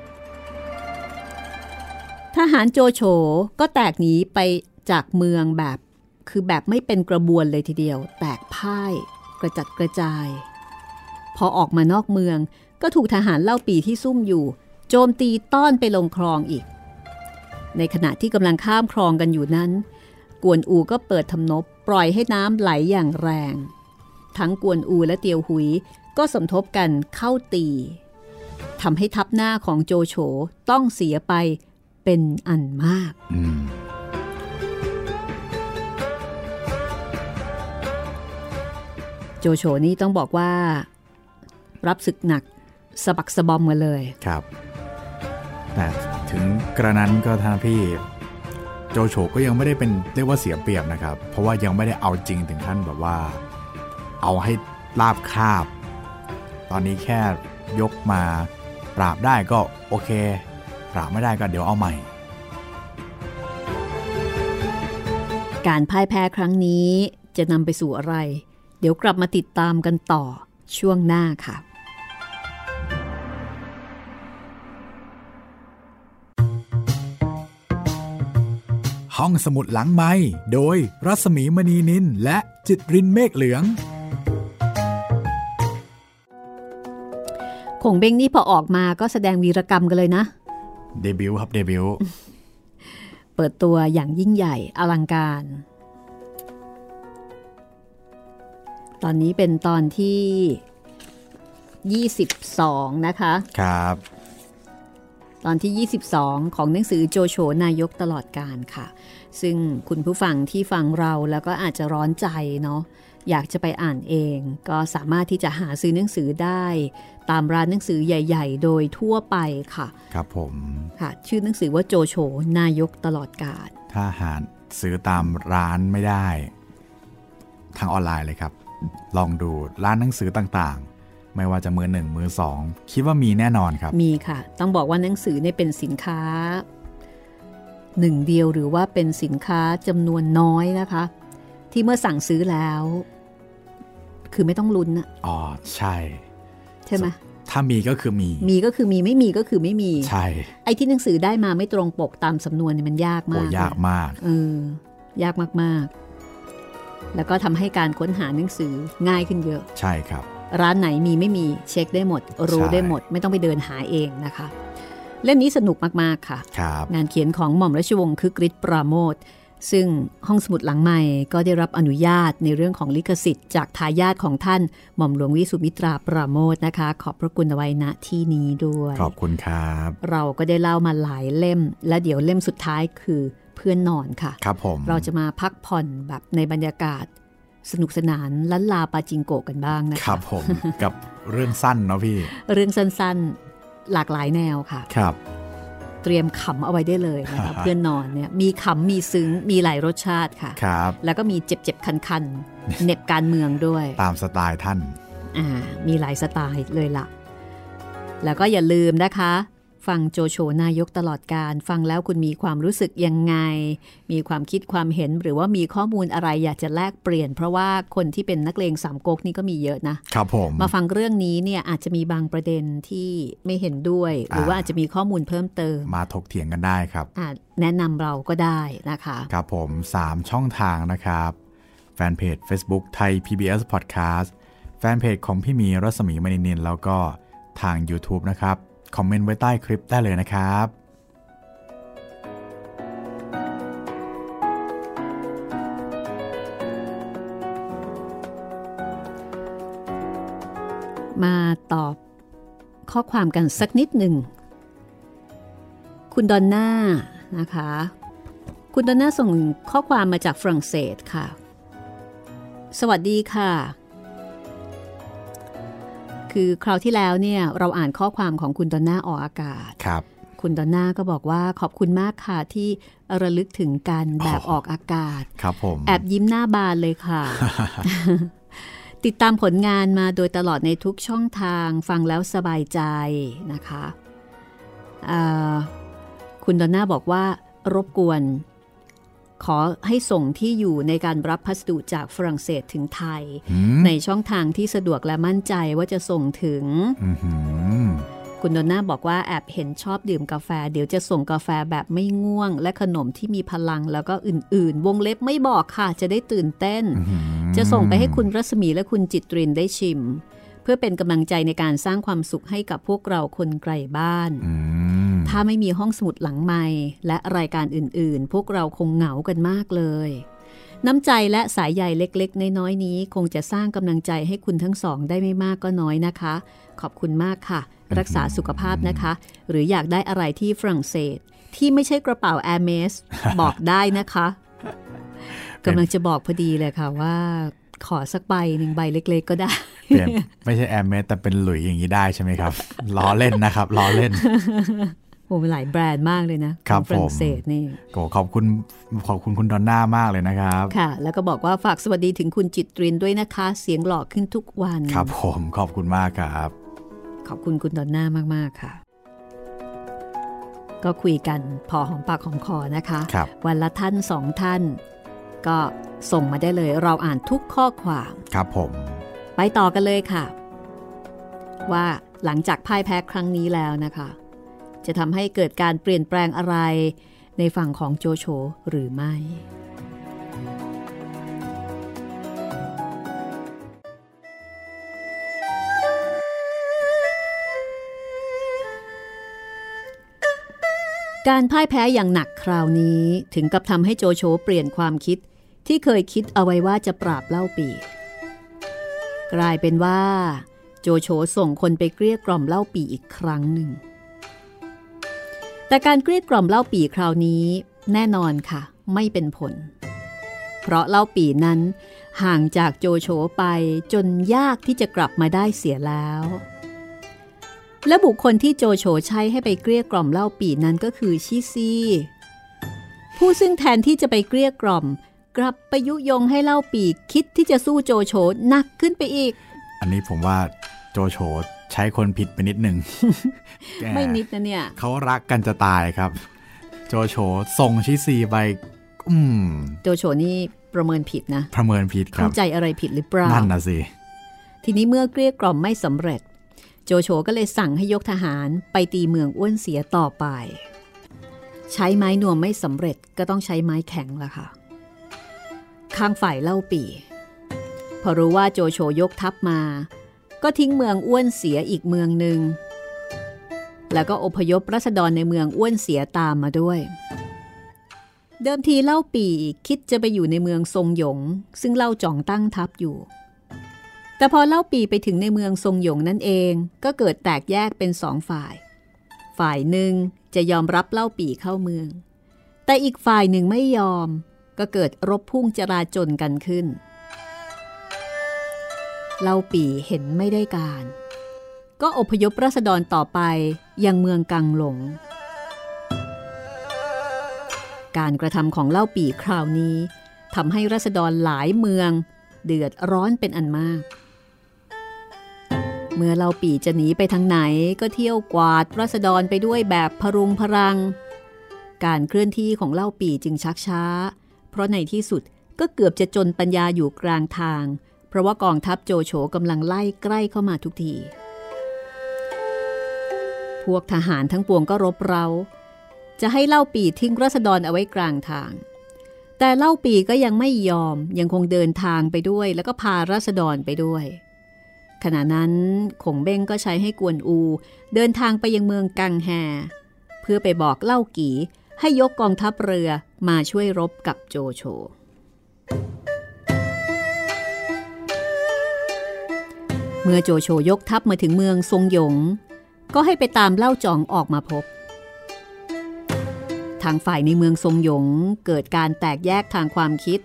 ทหารโจโฉก็แตกหนีไปจากเมืองแบบไม่เป็นกระบวนเลยทีเดียวแตกพ่ายกระจัดกระจายพอออกมานอกเมืองก็ถูกทหารเล่าปีที่ซุ่มอยู่โจมตีต้อนไปลงคลองอีกในขณะที่กำลังข้ามคลองกันอยู่นั้นกวนอูก็เปิดทำนบปล่อยให้น้ำไหลอย่างแรงทั้งกวนอูและเตียวหุยก็สมทบกันเข้าตีทำให้ทัพหน้าของโจโฉต้องเสียไปเป็นอันมากโจโฉนี่ต้องบอกว่ารับศึกหนักสะบักสะบอมกันเลยครับแต่ถึงกระนั้นก็ท่านพี่โจโฉก็ยังไม่ได้เป็นเรียกว่าเสียเปรียบนะครับเพราะว่ายังไม่ได้เอาจริงถึงขั้นแบบว่าเอาให้ราบคาบตอนนี้แค่ยกมาปราบได้ก็โอเคปราบไม่ได้ก็เดี๋ยวเอาใหม่การพ่ายแพ้ครั้งนี้จะนำไปสู่อะไรเดี๋ยวกลับมาติดตามกันต่อช่วงหน้าค่ะห้องสมุดหลังไมค์โดยรัศมีมณีนินและจิตรินเมฆเหลืองคงเบ้งนี่พอออกมาก็แสดงวีรกรรมกันเลยนะเดบิวต์ครับเดบิวต์เปิดตัวอย่างยิ่งใหญ่อลังการตอนนี้เป็นตอนที่22นะคะครับตอนที่22ของหนังสือโจโฉนายกตลอดกาลค่ะซึ่งคุณผู้ฟังที่ฟังเราแล้วก็อาจจะร้อนใจเนาะอยากจะไปอ่านเองก็สามารถที่จะหาซื้อหนังสือได้ตามร้านหนังสือใหญ่ๆโดยทั่วไปค่ะครับผมค่ะชื่อหนังสือว่าโจโฉนายกตลอดกาลถ้าหาซื้อตามร้านไม่ได้ทางออนไลน์เลยครับลองดูร้านหนังสือต่างๆไม่ว่าจะมือหนึ่งมือสองคิดว่ามีแน่นอนครับมีค่ะต้องบอกว่าหนังสือเนี่ยเป็นสินค้าหนึ่งเดียวหรือว่าเป็นสินค้าจำนวนน้อยนะคะที่เมื่อสั่งซื้อแล้วคือไม่ต้องลุ้นนะอ๋อใช่ไหมถ้ามีก็คือมีก็คือมีไม่มีก็คือไม่มีใช่ไอ้ที่หนังสือได้มาไม่ตรงปกตามสำนวนเนี่ยมันยากมากยากมากยากมากๆแล้วก็ทำให้การค้นหาหนังสือง่ายขึ้นเยอะใช่ครับร้านไหนมีไม่มีเช็คได้หมดรู้ได้หมดไม่ต้องไปเดินหาเองนะคะเล่มนี้สนุกมากๆค่ะงานเขียนของหม่อมราชวงศ์คึกฤทธิ์ปราโมทย์ซึ่งห้องสมุดหลังใหม่ก็ได้รับอนุญาตในเรื่องของลิขสิทธิ์จากทายาทของท่านหม่อมหลวงวิสุมิตราปราโมทย์นะคะขอบพระคุณเอาไว้ณที่นี้ด้วยขอบคุณครับเราก็ได้เล่ามาหลายเล่มและเดี๋ยวเล่มสุดท้ายคือเพื่อนนอนค่ะครับผมเราจะมาพักผ่อนแบบในบรรยากาศสนุกสนานล้านลาปาจิงโกะกันบ้างนะคะครับผมกับเรื่องสั้นเนาะพี่เรื่องสั้นๆหลากหลายแนวค่ะครับเตรียมขำเอาไว้ได้เลยนะคะเพื่อนนอนเนี่ยมีขำมีซึ้งมีหลายรสชาติค่ะครับแล้วก็มีเจ็บๆคันๆเหน็บการเมืองด้วยตามสไตล์ท่านมีหลายสไตล์เลยล่ะแล้วก็อย่าลืมนะคะฟังโจโฉนายกตลอดการฟังแล้วคุณมีความรู้สึกยังไงมีความคิดความเห็นหรือว่ามีข้อมูลอะไรอยากจะแลกเปลี่ยนเพราะว่าคนที่เป็นนักเลงสามก๊กนี่ก็มีเยอะนะครับผมมาฟังเรื่องนี้เนี่ยอาจจะมีบางประเด็นที่ไม่เห็นด้วยหรือว่าอาจจะมีข้อมูลเพิ่มเติมมาถกเถียงกันได้ครับแนะนำเราก็ได้นะคะครับผม3ช่องทางนะครับแฟนเพจ Facebook ไทย PBS Podcast แฟนเพจของพี่มีรัศมีมณีนินแล้วก็ทาง YouTube นะครับคอมเมนต์ไว้ใต้คลิปได้เลยนะครับมาตอบข้อความกันสักนิดหนึ่งคุณดอนน่านะคะคุณดอนน่าส่งข้อความมาจากฝรั่งเศสค่ะสวัสดีค่ะคือคราวที่แล้วเนี่ยเราอ่านข้อความของคุณดอนน่าออกอากาศครับคุณดอนน่าก็บอกว่าขอบคุณมากค่ะที่ระลึกถึงกันแบบออกอากาศครับผมแอบยิ้มหน้าบานเลยค่ะติดตามผลงานมาโดยตลอดในทุกช่องทางฟังแล้วสบายใจนะคะคุณดอนน่าบอกว่ารบกวนขอให้ส่งที่อยู่ในการรับพัสดุจากฝรั่งเศสถึงไทยในช่องทางที่สะดวกและมั่นใจว่าจะส่งถึงคุณดอนน่าบอกว่าแอบเห็นชอบดื่มกาแฟเดี๋ยวจะส่งกาแฟแบบไม่ง่วงและขนมที่มีพลังแล้วก็อื่นๆวงเล็บไม่บอกค่ะจะได้ตื่นเต้นจะส่งไปให้คุณรัศมีและคุณจิตรินได้ชิมเพื่อเป็นกำลังใจในการสร้างความสุขให้กับพวกเราคนไกลบ้านถ้าไม่มีห้องสมุดหลังไมค์และรายการอื่นๆพวกเราคงเหงากันมากเลยน้ำใจและสายใยเล็กๆน้อยๆนี้คงจะสร้างกำลังใจให้คุณทั้งสองได้ไม่มากก็น้อยนะคะขอบคุณมากค่ะรักษาสุขภาพนะคะหรืออยากได้อะไรที่ฝรั่งเศสที่ไม่ใช่กระเป๋า Hermes บอกได้นะคะกำลังจะบอกพอดีเลยค่ะว่าขอสักใบหนึ่งใบเล็กๆก็ได้เปลี่ยนไม่ใช่ Hermes แต่เป็นหลุยอย่างนี้ได้ใช่ไหมครับล้อเล่นนะครับล้อเล่นโอ้หลายแบรนด์มากเลยนะฝรั่งเศสนี่ขอบคุณคุณดอนน่ามากเลยนะครับค่ะแล้วก็บอกว่าฝากสวัสดีถึงคุณจิตรินด้วยนะคะเสียงหล่อขึ้นทุกวันครับผมขอบคุณมากครับขอบคุณคุณดอนน่ามากๆค่ะก็คุยกันพอหอมปากหอมคอนะคะวันละท่าน2ท่านก็ส่งมาได้เลยเราอ่านทุกข้อความครับผมไปต่อกันเลยค่ะว่าหลังจากพ่ายแพ้ครั้งนี้แล้วนะคะจะทำให้เกิดการเปลี่ยนแปลงอะไรในฝั่งของโจโฉหรือไม่การพ่ายแพ้อย่างหนักคราวนี้ถึงกับทำให้โจโฉเปลี่ยนความคิดที่เคยคิดเอาไว้ว่าจะปราบเล่าปี่กลายเป็นว่าโจโฉส่งคนไปเกลี้ยกล่อมเล่าปี่อีกครั้งหนึ่งแต่การเกลี้ยกล่อมเล่าปี่คราวนี้แน่นอนค่ะไม่เป็นผลเพราะเล่าปี่นั้นห่างจากโจโฉไปจนยากที่จะกลับมาได้เสียแล้วและบุคคลที่โจโฉใช้ให้ไปเกลี้ยกล่อมเล่าปี่นั้นก็คือชิซีผู้ซึ่งแทนที่จะไปเกลี้ยกล่อมกลับไปยุยงให้เล่าปี่คิดที่จะสู้โจโฉหนักขึ้นไปอีกอันนี้ผมว่าโจโฉใช้คนผิดไปนิดนึงไม่นิดนะเนี่ยเขารักกันจะตายครับโจโฉส่งชิซีไปโจโฉนี่ประเมินผิดนะประเมินผิดครับเข้าใจอะไรผิดหรือเปล่านั่นน่ะสิทีนี้เมื่อเกลี้ยกล่อมไม่สำเร็จโจโฉก็เลยสั่งให้ยกทหารไปตีเมืองอ้วนเสียต่อไปใช้ไม้นวมไม่สำเร็จก็ต้องใช้ไม้แข็งละค่ะข้างฝ่ายเล่าปี่พอรู้ว่าโจโฉยกทัพมาก็ทิ้งเมืองอ้วนเสียอีกเมืองหนึ่งแล้วก็อพยพราษฎรในเมืองอ้วนเสียตามมาด้วยเดิมทีเล่าปี่คิดจะไปอยู่ในเมืองทรงหยงซึ่งเล่าจ่องตั้งทัพอยู่แต่พอเล่าปี่ไปถึงในเมืองทรงหยงนั่นเองก็เกิดแตกแยกเป็น2ฝ่ายหนึ่งจะยอมรับเล่าปี่เข้าเมืองแต่อีกฝ่ายหนึ่งไม่ยอมก็เกิดรบพุ่งจราจลกันขึ้นเล่าปี่เห็นไม่ได้การก็อพยพราษฎรต่อไปยังเมืองกังหลงการกระทำของเล่าปี่คราวนี้ทำให้ราษฎรหลายเมืองเดือดร้อนเป็นอันมากเมื่อเล่าปี่จะหนีไปทางไหนก็เที่ยวกวาดราษฎรไปด้วยแบบพรุงพรังการเคลื่อนที่ของเล่าปี่จึงชักช้าเพราะในที่สุดก็เกือบจะจนปัญญาอยู่กลางทางเพราะว่ากองทัพโจโฉกำลังไล่ใกล้เข้ามาทุกทีพวกทหารทั้งปวงก็รบเร้าจะให้เล่าปี่ทิ้งราษฎรเอาไว้กลางทางแต่เล่าปี่ก็ยังไม่ยอมยังคงเดินทางไปด้วยแล้วก็พาราษฎรไปด้วยขณะนั้นขงเบ้งก็ใช้ให้กวนอูเดินทางไปยังเมืองกังแฮเพื่อไปบอกเล่ากี่ให้ยกกองทัพเรือมาช่วยรบกับโจโฉเมื่อโจโฉยกทัพมาถึงเมืองทรงหยงก็ให้ไปตามเล่าจ่องออกมาพบทางฝ่ายในเมืองทรงหยงเกิดการแตกแยกทางความคิด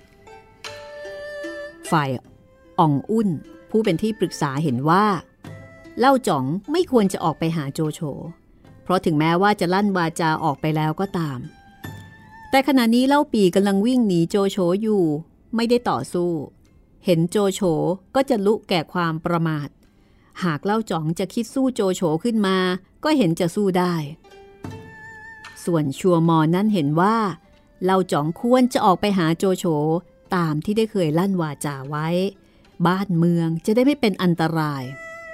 ฝ่ายอ่องอุ่นผู้เป็นที่ปรึกษาเห็นว่าเล่าจ่องไม่ควรจะออกไปหาโจโฉเพราะถึงแม้ว่าจะลั่นวาจาออกไปแล้วก็ตามแต่ขณะนี้เล่าปี่กำลังวิ่งหนีโจโฉอยู่ไม่ได้ต่อสู้เห็นโจโฉก็จะลุแก่ความประมาทหากเล่าจ๋องจะคิดสู้โจโฉขึ้นมาก็เห็นจะสู้ได้ส่วนชัวมอนั้นเห็นว่าเล่าจ๋องควรจะออกไปหาโจโฉตามที่ได้เคยลั่นวาจาไว้บ้านเมืองจะได้ไม่เป็นอันตราย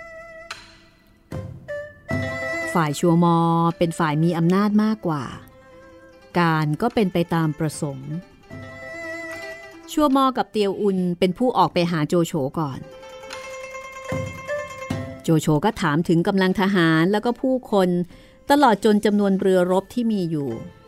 ฝ่ายชัวมอเป็นฝ่ายมีอำนาจมากกว่าการก็เป็นไปตามประสงค์ชัวมอกับเตียวอุนเป็นผู้ออกไปหาโจโฉก่อนโจโฉก็ถามถึงกำลังทหารแล้วก็ผู้คนตลอดจนจำนวนเรือรบที่มีอยู่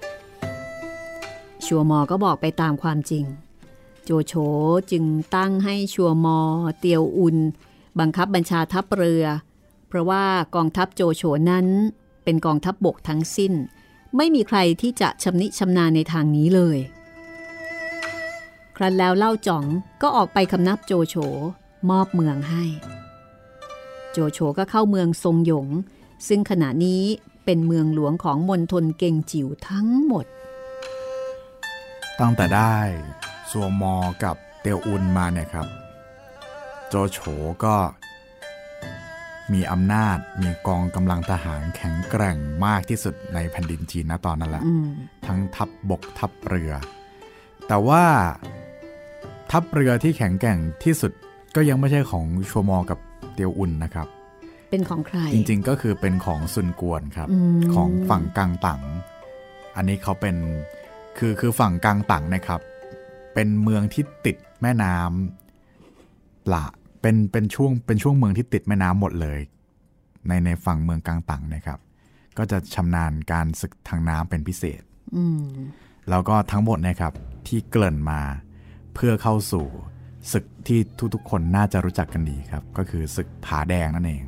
ชัวมอก็บอกไปตามความจริงโจโฉจึงตั้งให้ชัวมอเตียวอุนบังคับบัญชาทัพเรือเพราะว่ากองทัพโจโฉนั้นเป็นกองทัพบกทั้งสิ้นไม่มีใครที่จะชำนิชำนาญในทางนี้เลยครั้นแล้วเล่าจ๋องก็ออกไปคำนับโจโฉมอบเมืองให้โจโฉก็เข้าเมืองซงหยงซึ่งขณะนี้เป็นเมืองหลวงของมณฑลเก่งจิ๋วทั้งหมดตั้งแต่ได้ซัวมอกับเตียวอุนมาเนี่ยครับโจโฉก็มีอำนาจมีกองกำลังทหารแข็งแกร่งมากที่สุดในแผ่นดินจีนณตอนนั้นแหละทั้งทัพบกทัพเรือแต่ว่าทัพเรือที่แข็งแกร่งที่สุดก็ยังไม่ใช่ของชัวมอกับเตียวอุนนะครับเป็นของใครจริงๆก็คือเป็นของซุนกวนครับของฝั่งกังตั๋งอันนี้เขาเป็นคือฝั่งกังตั๋งนะครับเป็นเมืองที่ติดแม่น้ำเป็นช่วงเมืองที่ติดแม่น้ำหมดเลยในฝั่งเมืองกังตั๋งนะครับก็จะชำนาญการศึกทางน้ำเป็นพิเศษแล้วก็ทั้งหมดนะครับที่เกริ่นมาเพื่อเข้าสู่ศึกที่ทุกๆคนน่าจะรู้จักกันดีครับก็คือศึกผาแดงนั่นเอง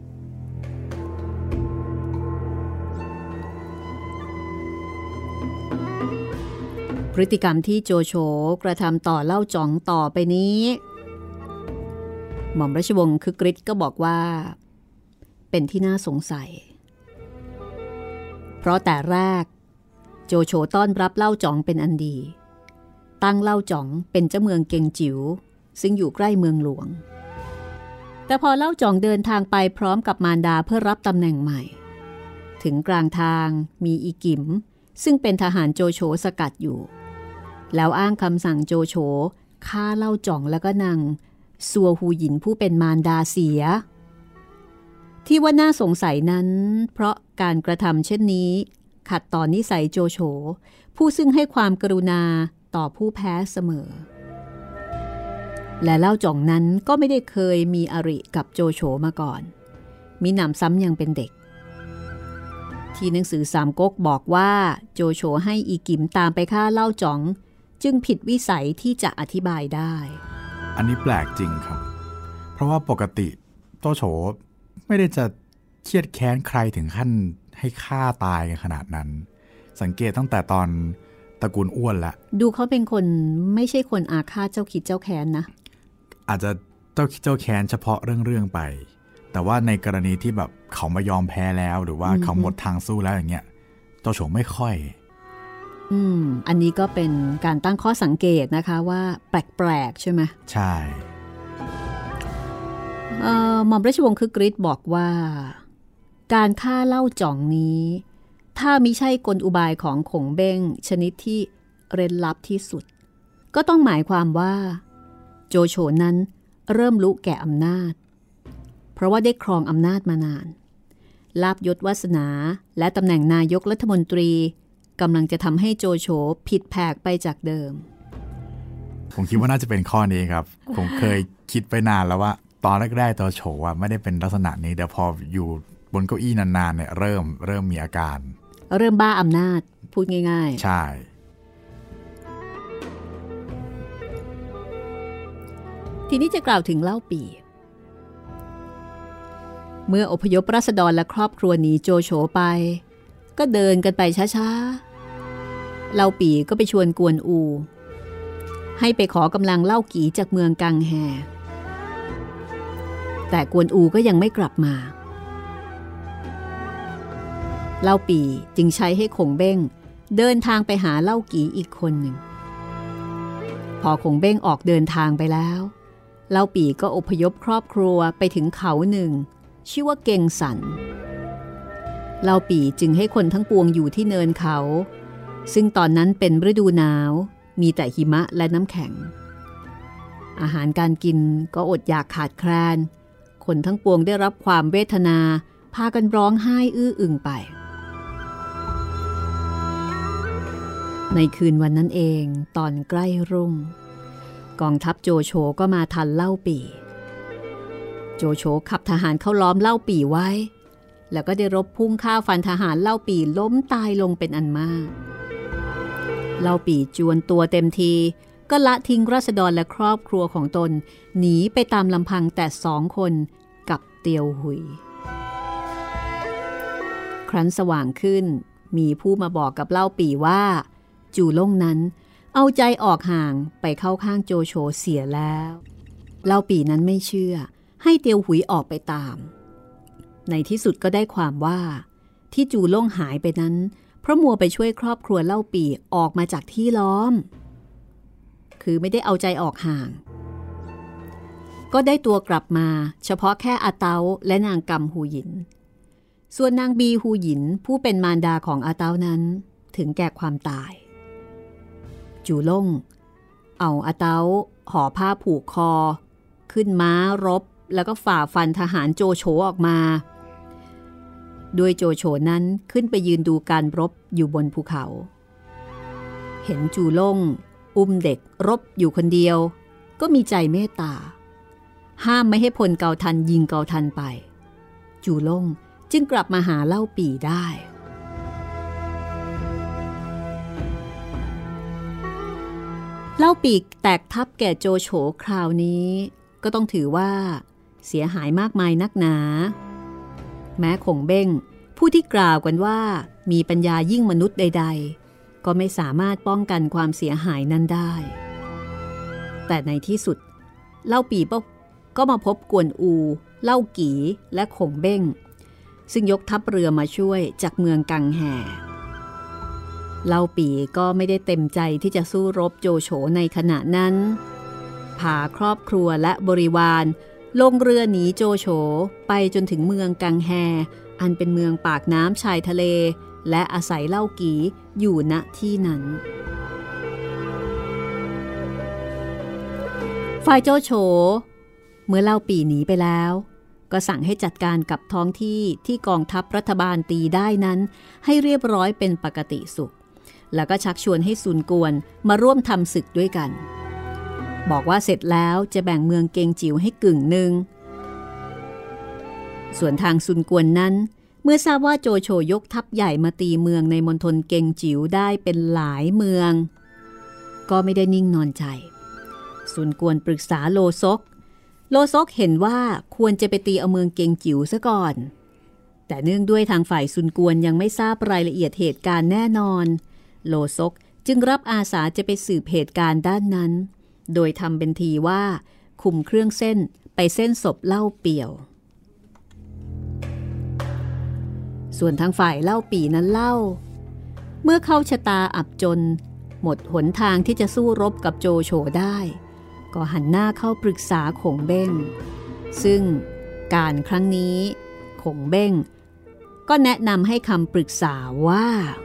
พฤติกรรมที่โจโฉกระทำต่อเล่าจ๋องต่อไปนี้หม่อมราชวงศ์คึกฤทธิ์ก็บอกว่าเป็นที่น่าสงสัยเพราะแต่แรกโจโฉต้อนรับเล่าจ๋องเป็นอันดีตั้งเล่าจ๋องเป็นเจ้าเมืองเก่งจิ๋วซึ่งอยู่ใกล้เมืองหลวงแต่พอเล่าจ๋องเดินทางไปพร้อมกับมารดาเพื่อรับตำแหน่งใหม่ถึงกลางทางมีอีกิมซึ่งเป็นทหารโจโฉสกัดอยู่แล้วอ้างคำสั่งโจโฉฆ่าเล่าจ๋องแล้วก็นางซัวฮูหยินผู้เป็นมารดาเสียที่ว่าน่าสงสัยนั้นเพราะการกระทำเช่นนี้ขัดต่อนิสัยโจโฉผู้ซึ่งให้ความกรุณาต่อผู้แพ้เสมอและเล่าจ๋องนั้นก็ไม่ได้เคยมีอริกับโจโฉมาก่อนมิหนำซ้ำยังเป็นเด็กที่หนังสือสามก๊กบอกว่าโจโฉให้อีกิมตามไปฆ่าเล่าจ๋องจึงผิดวิสัยที่จะอธิบายได้อันนี้แปลกจริงครับเพราะว่าปกติโจโฉไม่ได้จะเครียดแค้นใครถึงขั้นให้ฆ่าตายขนาดนั้นสังเกตตั้งแต่ตอนตระกูลอ้วนละดูเขาเป็นคนไม่ใช่คนอาฆาตเจ้าคิดเจ้าแค้นนะอาจจะเจ้าคิดเจ้าแค้นเฉพาะเรื่องไปแต่ว่าในกรณีที่แบบเขามายอมแพ้แล้วหรือว่าเขาหมดทางสู้แล้วอย่างเงี้ยโจโฉไม่ค่อยอันนี้ก็เป็นการตั้งข้อสังเกตนะคะว่าแปลกๆใช่ไหมใช่หม่อมราชวงศ์คึกฤทธิ์บอกว่าการฆ่าเล่าจ๋องนี้ถ้ามิใช่กลอุบายของขงเบ้งชนิดที่เร้นลับที่สุดก็ต้องหมายความว่าโจโฉนั้นเริ่มรู้แก่อำนาจเพราะว่าได้ครองอำนาจมานานลาภยศวาสนาและตำแหน่งนายกรัฐมนตรีกำลังจะทำให้โจโฉผิดแผกไปจากเดิมผมคิดว่าน่าจะเป็นข้อนี้ครับ ผมเคยคิดไปนานแล้วว่าตอนแรกๆโจโฉไม่ได้เป็นลักษณะนี้แต่พออยู่บนเก้าอี้นานๆเนี่ยเริ่มมีอาการเริ่มบ้าอำนาจพูดง่ายๆใช่ทีนี้จะกล่าวถึงเล่าปี่เมื่ออพยพราษฎรและครอบครัวหนีโจโฉไปก็เดินกันไปช้าๆเล่าปี่ก็ไปชวนกวนอูให้ไปขอกำลังเล่ากี่จากเมืองกังแฮแต่กวนอูก็ยังไม่กลับมาเล่าปี่จึงใช้ให้ขงเบ้งเดินทางไปหาเล่ากี่อีกคนหนึ่งพอขงเบ้งออกเดินทางไปแล้วเล่าปี่ก็อพยพครอบครัวไปถึงเขาหนึ่งชื่อว่าเกงสันเล่าปี่จึงให้คนทั้งปวงอยู่ที่เนินเขาซึ่งตอนนั้นเป็นฤดูหนาวมีแต่หิมะและน้ำแข็งอาหารการกินก็อดอยากขาดแคลนคนทั้งปวงได้รับความเวทนาพากันร้องไห้อื้ออึงไปในคืนวันนั้นเองตอนใกล้รุ่งกองทัพโจโฉก็มาทันเล่าปี่โจโฉขับทหารเข้าล้อมเล่าปี่ไว้แล้วก็ได้รบพุ่งฆ่าฟันทหารเล่าปี่ล้มตายลงเป็นอันมากเล่าปี่จวนตัวเต็มทีก็ละทิ้งราษฎรและครอบครัวของตนหนีไปตามลำพังแต่2 คนกับเตียวหุยครั้นสว่างขึ้นมีผู้มาบอกกับเล่าปี่ว่าจูล่งนั้นเอาใจออกห่างไปเข้าข้างโจโฉเสียแล้วเล่าปี่นั้นไม่เชื่อให้เตียวหุยออกไปตามในที่สุดก็ได้ความว่าที่จูล่งหายไปนั้นเพราะมัวไปช่วยครอบครัวเล่าปี่ออกมาจากที่ล้อมคือไม่ได้เอาใจออกห่างก็ได้ตัวกลับมาเฉพาะแค่อาเตาและนางกำหูหยินส่วนนางบีหูหยินผู้เป็นมารดาของอาเตานั้นถึงแก่ความตายจูล่งเอาอาเตาห่อผ้าผูกคอขึ้นม้ารบแล้วก็ฝ่าฟันทหารโจโฉออกมาโดยโจโฉนั้นขึ้นไปยืนดูการรบอยู่บนภูเขาเห็นจูล่งอุ้มเด็กรบอยู่คนเดียวก็มีใจเมตตาห้ามไม่ให้พลเกาทันยิงเกาทันไปจูล่งจึงกลับมาหาเล่าปี่ได้เล่าปี่แตกทับแก่โจโฉคราวนี้ก็ต้องถือว่าเสียหายมากมายนักหนาแม้คงเบ้งผู้ที่กล่าวกันว่ามีปัญญายิ่งมนุษย์ใดๆก็ไม่สามารถป้องกันความเสียหายนั้นได้แต่ในที่สุดเล่าปี่ก็มาพบกวนอูเล่ากีและคงเบ้งซึ่งยกทัพเรือมาช่วยจากเมืองกังแห่เล่าปี่ก็ไม่ได้เต็มใจที่จะสู้รบโจโฉในขณะนั้นพาครอบครัวและบริวารลงเรือหนีโจโฉไปจนถึงเมืองกังแฮอันเป็นเมืองปากน้ำชายทะเลและอาศัยเล่ากีอยู่ณที่นั้นฝ่ายโจโฉเมื่อเล่าปี่หนีไปแล้วก็สั่งให้จัดการกับท้องที่ที่กองทัพรัฐบาลตีได้นั้นให้เรียบร้อยเป็นปกติสุขแล้วก็ชักชวนให้ซุนกวนมาร่วมทำศึกด้วยกันบอกว่าเสร็จแล้วจะแบ่งเมืองเกงจิ๋วให้กึ่งหนึ่งส่วนทางซุนกวนนั้นเมื่อทราบว่าโจโฉยกทัพใหญ่มาตีเมืองในมณฑลเกงจิ๋วได้เป็นหลายเมืองก็ไม่ได้นิ่งนอนใจซุนกวนปรึกษาโลซกเห็นว่าควรจะไปตีเอาเมืองเกงจิ๋วซะก่อนแต่เนื่องด้วยทางฝ่ายซุนกวนยังไม่ทราบรายละเอียดเหตุการณ์แน่นอนโลซกจึงรับอาสาจะไปสืบเหตุการณ์ด้านนั้นโดยทำเป็นทีว่าคุมเครื่องเส้นไปเส้นศพเล่าเปี่ยวส่วนทางฝ่ายเล่าปี่นั้นเล่าเมื่อเข้าชะตาอับจนหมดหนทางที่จะสู้รบกับโจโฉได้ก็หันหน้าเข้าปรึกษาคงเบ้งซึ่งการครั้งนี้คงเบ้งก็แนะนำให้คำปรึกษาว่า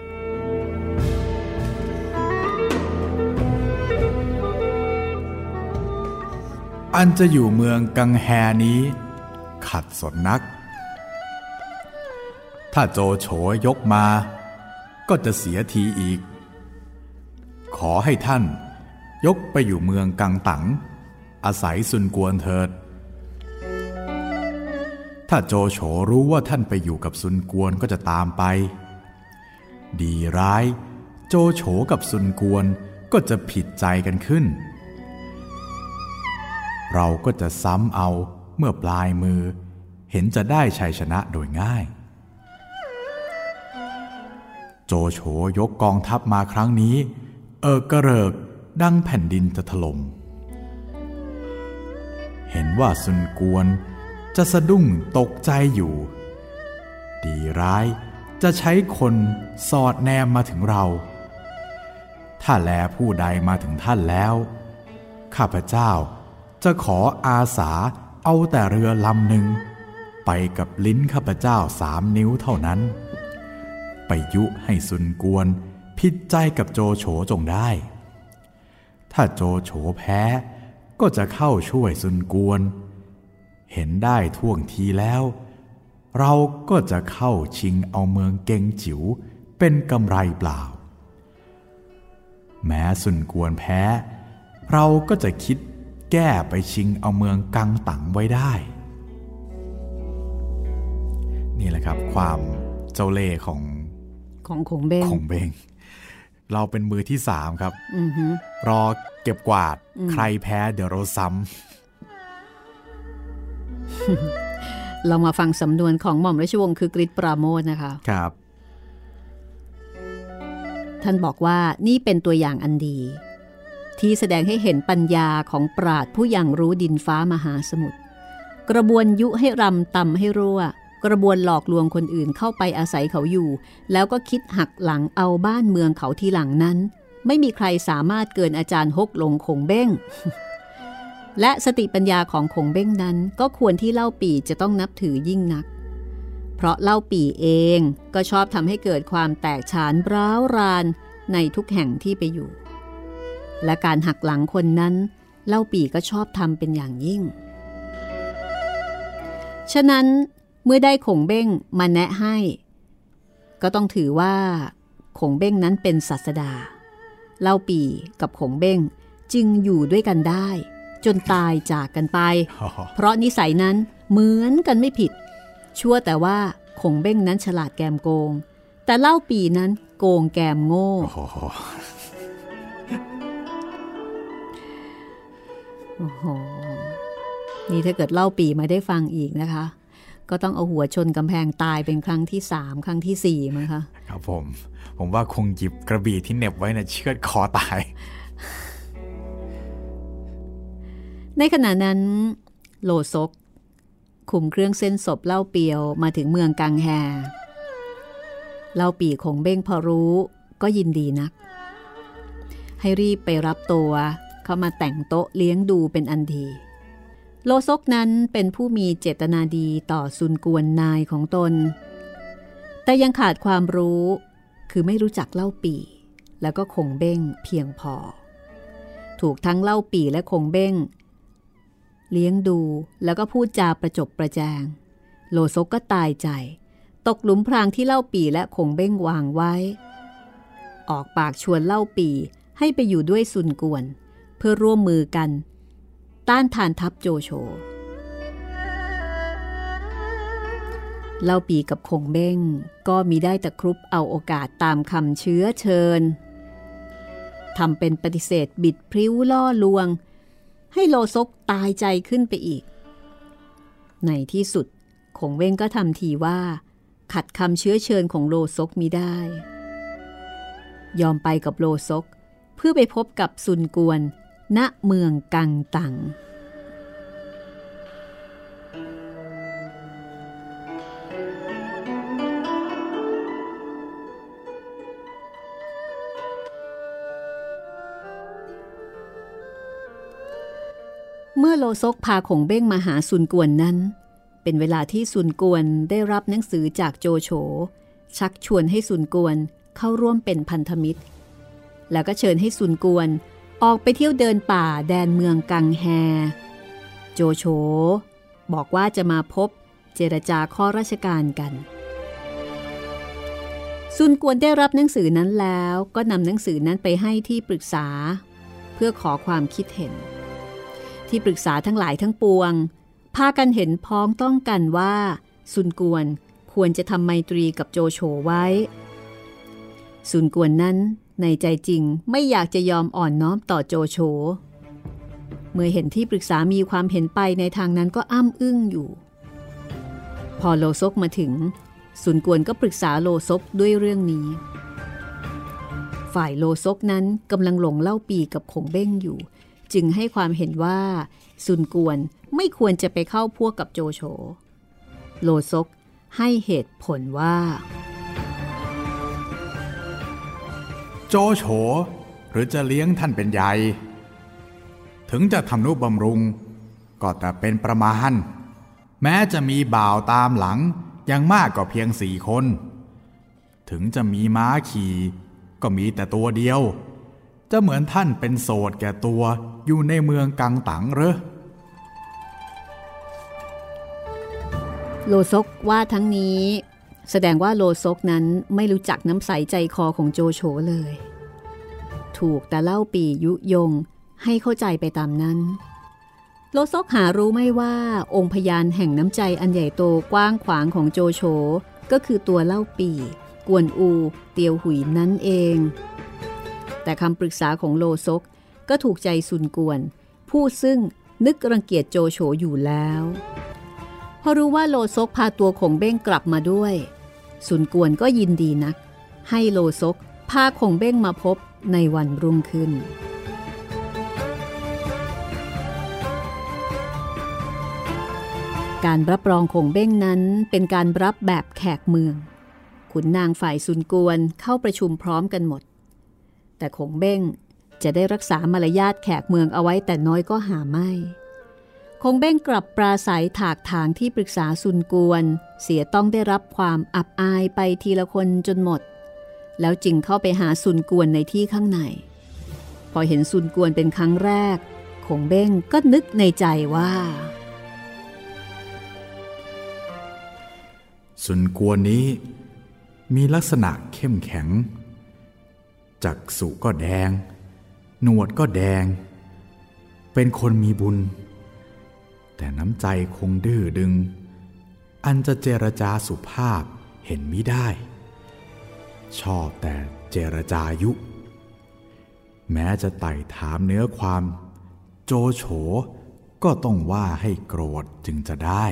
อันจะอยู่เมืองกังแฮนี้ขัดสนนักถ้าโจโฉยกมาก็จะเสียทีอีกขอให้ท่านยกไปอยู่เมืองกังตังอาศัยซุนกวนเถิดถ้าโจโฉรู้ว่าท่านไปอยู่กับซุนกวนก็จะตามไปดีร้ายโจโฉกับซุนกวนก็จะผิดใจกันขึ้นเราก็จะซ้ำเอาเมื่อปลายมือเห็นจะได้ชัยชนะโดยง่ายโจโฉยกกองทัพมาครั้งนี้กระเริกดังแผ่นดินจะถล่มเห็นว่าซุนกวนจะสะดุ้งตกใจอยู่ดีร้ายจะใช้คนสอดแนมมาถึงเราถ้าแลผู้ใดมาถึงท่านแล้วข้าพเจ้าจะขออาสาเอาแต่เรือลำหนึ่งไปกับลิ้นข้าพเจ้า3 นิ้วเท่านั้นไปยุให้ซุนกวนผิดใจกับโจโฉจงได้ถ้าโจโฉแพ้ก็จะเข้าช่วยซุนกวนเห็นได้ท่วงทีแล้วเราก็จะเข้าชิงเอาเมืองเกงจิ๋วเป็นกำไรเปล่าแม้ซุนกวนแพ้เราก็จะคิดแก้ไปชิงเอาเมืองกังตังไว้ได้นี่แหละครับความเจ้าเล่ห์ของขงเบ้งเราเป็นมือที่3ครับรอเก็บกวาดใครแพ้เดี๋ยวเราซ้ำเรามาฟังสำนวนของหม่อมราชวงศ์คือกฤษปราโมชนะคะครับท่านบอกว่านี่เป็นตัวอย่างอันดีที่แสดงให้เห็นปัญญาของปราชญ์ผู้ยังรู้ดินฟ้ามหาสมุทรกระบวนยุให้รำตำให้รั่วกระบวนหลอกลวงคนอื่นเข้าไปอาศัยเขาอยู่แล้วก็คิดหักหลังเอาบ้านเมืองเขาทีหลังนั้นไม่มีใครสามารถเกินอาจารย์ฮกลงคงเบ้ง และสติปัญญาของคงเบ้งนั้นก็ควรที่เล่าปี่จะต้องนับถือยิ่งนักเพราะเล่าปี่เองก็ชอบทำให้เกิดความแตกฉานร้าวรานในทุกแห่งที่ไปอยู่และการหักหลังคนนั้นเล่าปี่ก็ชอบทำเป็นอย่างยิ่งฉะนั้นเมื่อได้คงเบ้งมาแนะให้ก็ต้องถือว่าคงเบ้งนั้นเป็นศาสดาเล่าปี่กับคงเบ้งจึงอยู่ด้วยกันได้จนตายจากกันไป เพราะนิสัยนั้นเหมือนกันไม่ผิดชั่วแต่ว่าคงเบ้งนั้นฉลาดแกมโกงแต่เล่าปี่นั้นโกงแกมโง่โอ้โหนี่ถ้าเกิดเล่าปี่มาได้ฟังอีกนะคะก็ต้องเอาหัวชนกำแพงตายเป็นครั้งที่3ครั้งที่4มั้งคะครับผมว่าคงหยิบกระบี่ที่เหน็บไว้น่ะเชือดคอตายในขณะนั้นโลซกคุมเครื่องเส้นศพเล่าเปียวมาถึงเมืองกังแฮเล่าปี่คงเบ้งพอรู้ก็ยินดีนักให้รีบไปรับตัวเข้ามาแต่งโต๊ะเลี้ยงดูเป็นอันดีโลซกนั้นเป็นผู้มีเจตนาดีต่อซุนกวนนายของตนแต่ยังขาดความรู้คือไม่รู้จักเล่าปี่แล้วก็คงเบ้งเพียงพอถูกทั้งเล่าปี่และคงเบ้งเลี้ยงดูแล้วก็พูดจาประจบประแจงโลซกก็ตายใจตกหลุมพรางที่เล่าปี่และคงเบ้งวางไว้ออกปากชวนเล่าปี่ให้ไปอยู่ด้วยซุนกวนเพื่อร่วมมือกันต้านทานทัพโจโฉเล่าปี่กับคงเบ้งก็มีได้แต่ครุบเอาโอกาสตามคำเชื้อเชิญทำเป็นปฏิเสธบิดพริ้วล่อลวงให้โลซกตายใจขึ้นไปอีกในที่สุดคงเบ้งก็ทำทีว่าขัดคำเชื้อเชิญของโลซกมิได้ยอมไปกับโลซกเพื่อไปพบกับซุนกวนณเมืองกังตังเมื่อโลซกพาคงเบ้งมาหาซุนกวนนั้นเป็นเวลาที่ซุนกวนได้รับหนังสือจากโจโฉชักชวนให้ซุนกวนเข้าร่วมเป็นพันธมิตรแล้วก็เชิญให้ซุนกวนออกไปเที่ยวเดินป่าแดนเมืองกังแฮโจโฉบอกว่าจะมาพบเจรจาข้อราชการกันซุนกวนได้รับหนังสือนั้นแล้วก็นำหนังสือนั้นไปให้ที่ปรึกษาเพื่อขอความคิดเห็นที่ปรึกษาทั้งหลายทั้งปวงพากันเห็นพ้องต้องกันว่าซุนกวนควรจะทำไมตรีกับโจโฉไว้ซุนกวนนั้นในใจจริงไม่อยากจะยอมอ่อนน้อมต่อโจโฉเมื่อเห็นที่ปรึกษามีความเห็นไปในทางนั้นก็อ้ำอึ้งอยู่พอโลซกมาถึงซุนกวนก็ปรึกษาโลซกด้วยเรื่องนี้ฝ่ายโลซกนั้นกำลังหลงเล่าปี่กับคงเบ้งอยู่จึงให้ความเห็นว่าซุนกวนไม่ควรจะไปเข้าพวกกับโจโฉโลซกให้เหตุผลว่าโจโฉหรือจะเลี้ยงท่านเป็นใหญ่ถึงจะทำนุบำรุงก็แต่เป็นประมาณแม้จะมีบ่าวตามหลังยังมากกว่าเพียง4 คนถึงจะมีม้าขี่ก็มีแต่ตัวเดียวจะเหมือนท่านเป็นโสดแก่ตัวอยู่ในเมืองกังตังเหรอโลซกว่าทั้งนี้แสดงว่าโลซกนั้นไม่รู้จักน้ำใสใจคอของโจโฉเลยถูกแต่เล่าปี่ยุยงให้เข้าใจไปตามนั้นโลซกหารู้ไม่ว่าองค์พยานแห่งน้ำใจอันใหญ่โตกว้างขวางของโจโฉก็คือตัวเล่าปี่กวนอูเตียวหุยนั่นเองแต่คำปรึกษาของโลซกก็ถูกใจซุนกวนผู้ซึ่งนึกรังเกียจโจโฉอยู่แล้วพอรู้ว่าโลซกพาตัวคงเบ้งกลับมาด้วยซุนกวนก็ยินดีนักให้โลซกพาคงเบ้งมาพบในวันรุ่งขึ้นการรับรองคงเบ้งนั้นเป็นการรับแบบแขกเมืองขุนนางฝ่ายซุนกวนเข้าประชุมพร้อมกันหมดแต่คงเบ้งจะได้รักษามารยาทแขกเมืองเอาไว้แต่น้อยก็หาไม่คงเบ้งกลับปราศัยถากถางที่ปรึกษาซุนกวนเสียต้องได้รับความอับอายไปทีละคนจนหมดแล้วจึงเข้าไปหาซุนกวนในที่ข้างในพอเห็นซุนกวนเป็นครั้งแรกคงเบ้งก็นึกในใจว่าซุนกวนนี้มีลักษณะเข้มแข็งจักษุก็แดงหนวดก็แดงเป็นคนมีบุญแต่น้ำใจคงดื้อดึงอันจะเจรจาสุภาพเห็นมิได้ชอบแต่เจรจายุแม้จะไต่ถามเนื้อความโจโฉก็ต้องว่าให้โกรธจึงจะได้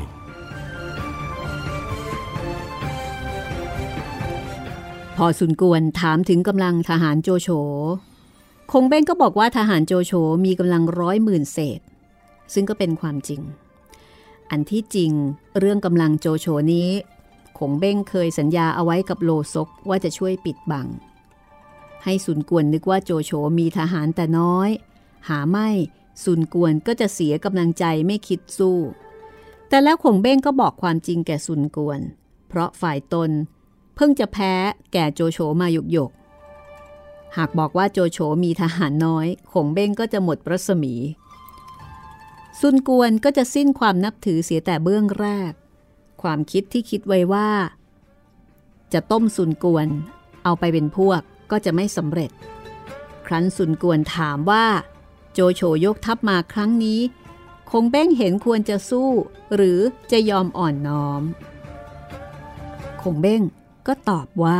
พอซุนกวนถามถึงกำลังทหารโจโฉคงเบ้งก็บอกว่าทหารโจโฉมีกำลัง100,000 เศษซึ่งก็เป็นความจริงอันที่จริงเรื่องกำลังโจโฉนี้คงเบ้งเคยสัญญาเอาไว้กับโลซกว่าจะช่วยปิดบังให้ซุนกวนนึกว่าโจโฉมีทหารแต่น้อยหาไม่ซุนกวนก็จะเสียกำลังใจไม่คิดสู้แต่แล้วคงเบ้งก็บอกความจริงแก่ซุนกวนเพราะฝ่ายตนเพิ่งจะแพ้แก่โจโฉมาหยกหากบอกว่าโจโฉมีทหารน้อยคงเบ้งก็จะหมดรัศมีซุนกวนก็จะสิ้นความนับถือเสียแต่เบื้องแรกความคิดที่คิดไว้ว่าจะต้มซุนกวนเอาไปเป็นพวกก็จะไม่สำเร็จครั้นซุนกวนถามว่าโจโฉยกทัพมาครั้งนี้คงเบ้งเห็นควรจะสู้หรือจะยอมอ่อนน้อมคงเบ้งก็ตอบว่า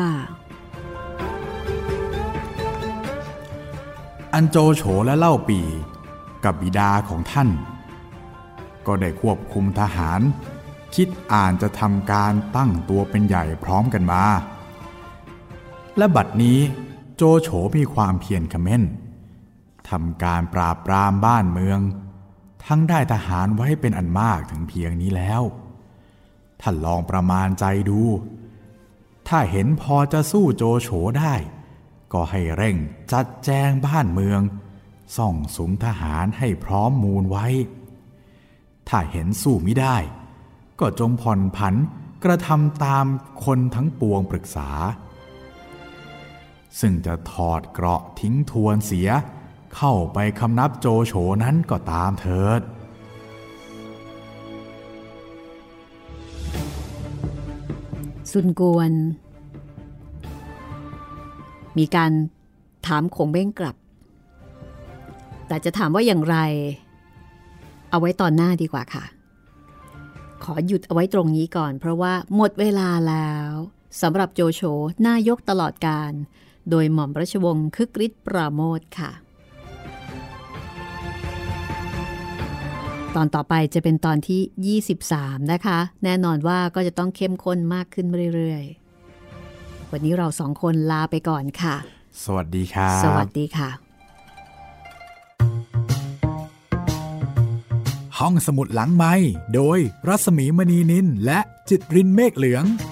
อันโจโฉและเล่าปี่กับบิดาของท่านก็ได้ควบคุมทหารคิดอ่านจะทำการตั้งตัวเป็นใหญ่พร้อมกันมาและบัดนี้โจโฉมีความเพียรเขม่นทำการปราบปรามบ้านเมืองทั้งได้ทหารไว้เป็นอันมากถึงเพียงนี้แล้วท่านลองประมาณใจดูถ้าเห็นพอจะสู้โจโฉได้ก็ให้เร่งจัดแจงบ้านเมืองส่องสุมทหารให้พร้อมมูลไว้ถ้าเห็นสู้มิได้ก็จงผ่อนผันกระทำตามคนทั้งปวงปรึกษาซึ่งจะถอดเกราะทิ้งทวนเสียเข้าไปคำนับโจโฉนั้นก็ตามเถิดซุนกวนมีการถามคงเบ้งกลับแต่จะถามว่าอย่างไรเอาไว้ตอนหน้าดีกว่าค่ะขอหยุดเอาไว้ตรงนี้ก่อนเพราะว่าหมดเวลาแล้วสำหรับโจโฉนายกตลอดกาลโดยหม่อมราชวงศ์คึกฤทธิ์ปราโมทย์ค่ะตอนต่อไปจะเป็นตอนที่23นะคะแน่นอนว่าก็จะต้องเข้มข้นมากขึ้นเรื่อยๆวันนี้เราสองคนลาไปก่อนค่ะสวัสดีครับสวัสดีค่ะห้องสมุดหลังไมค์โดยรัศมีมณีนินและจิตรินเมฆเหลือง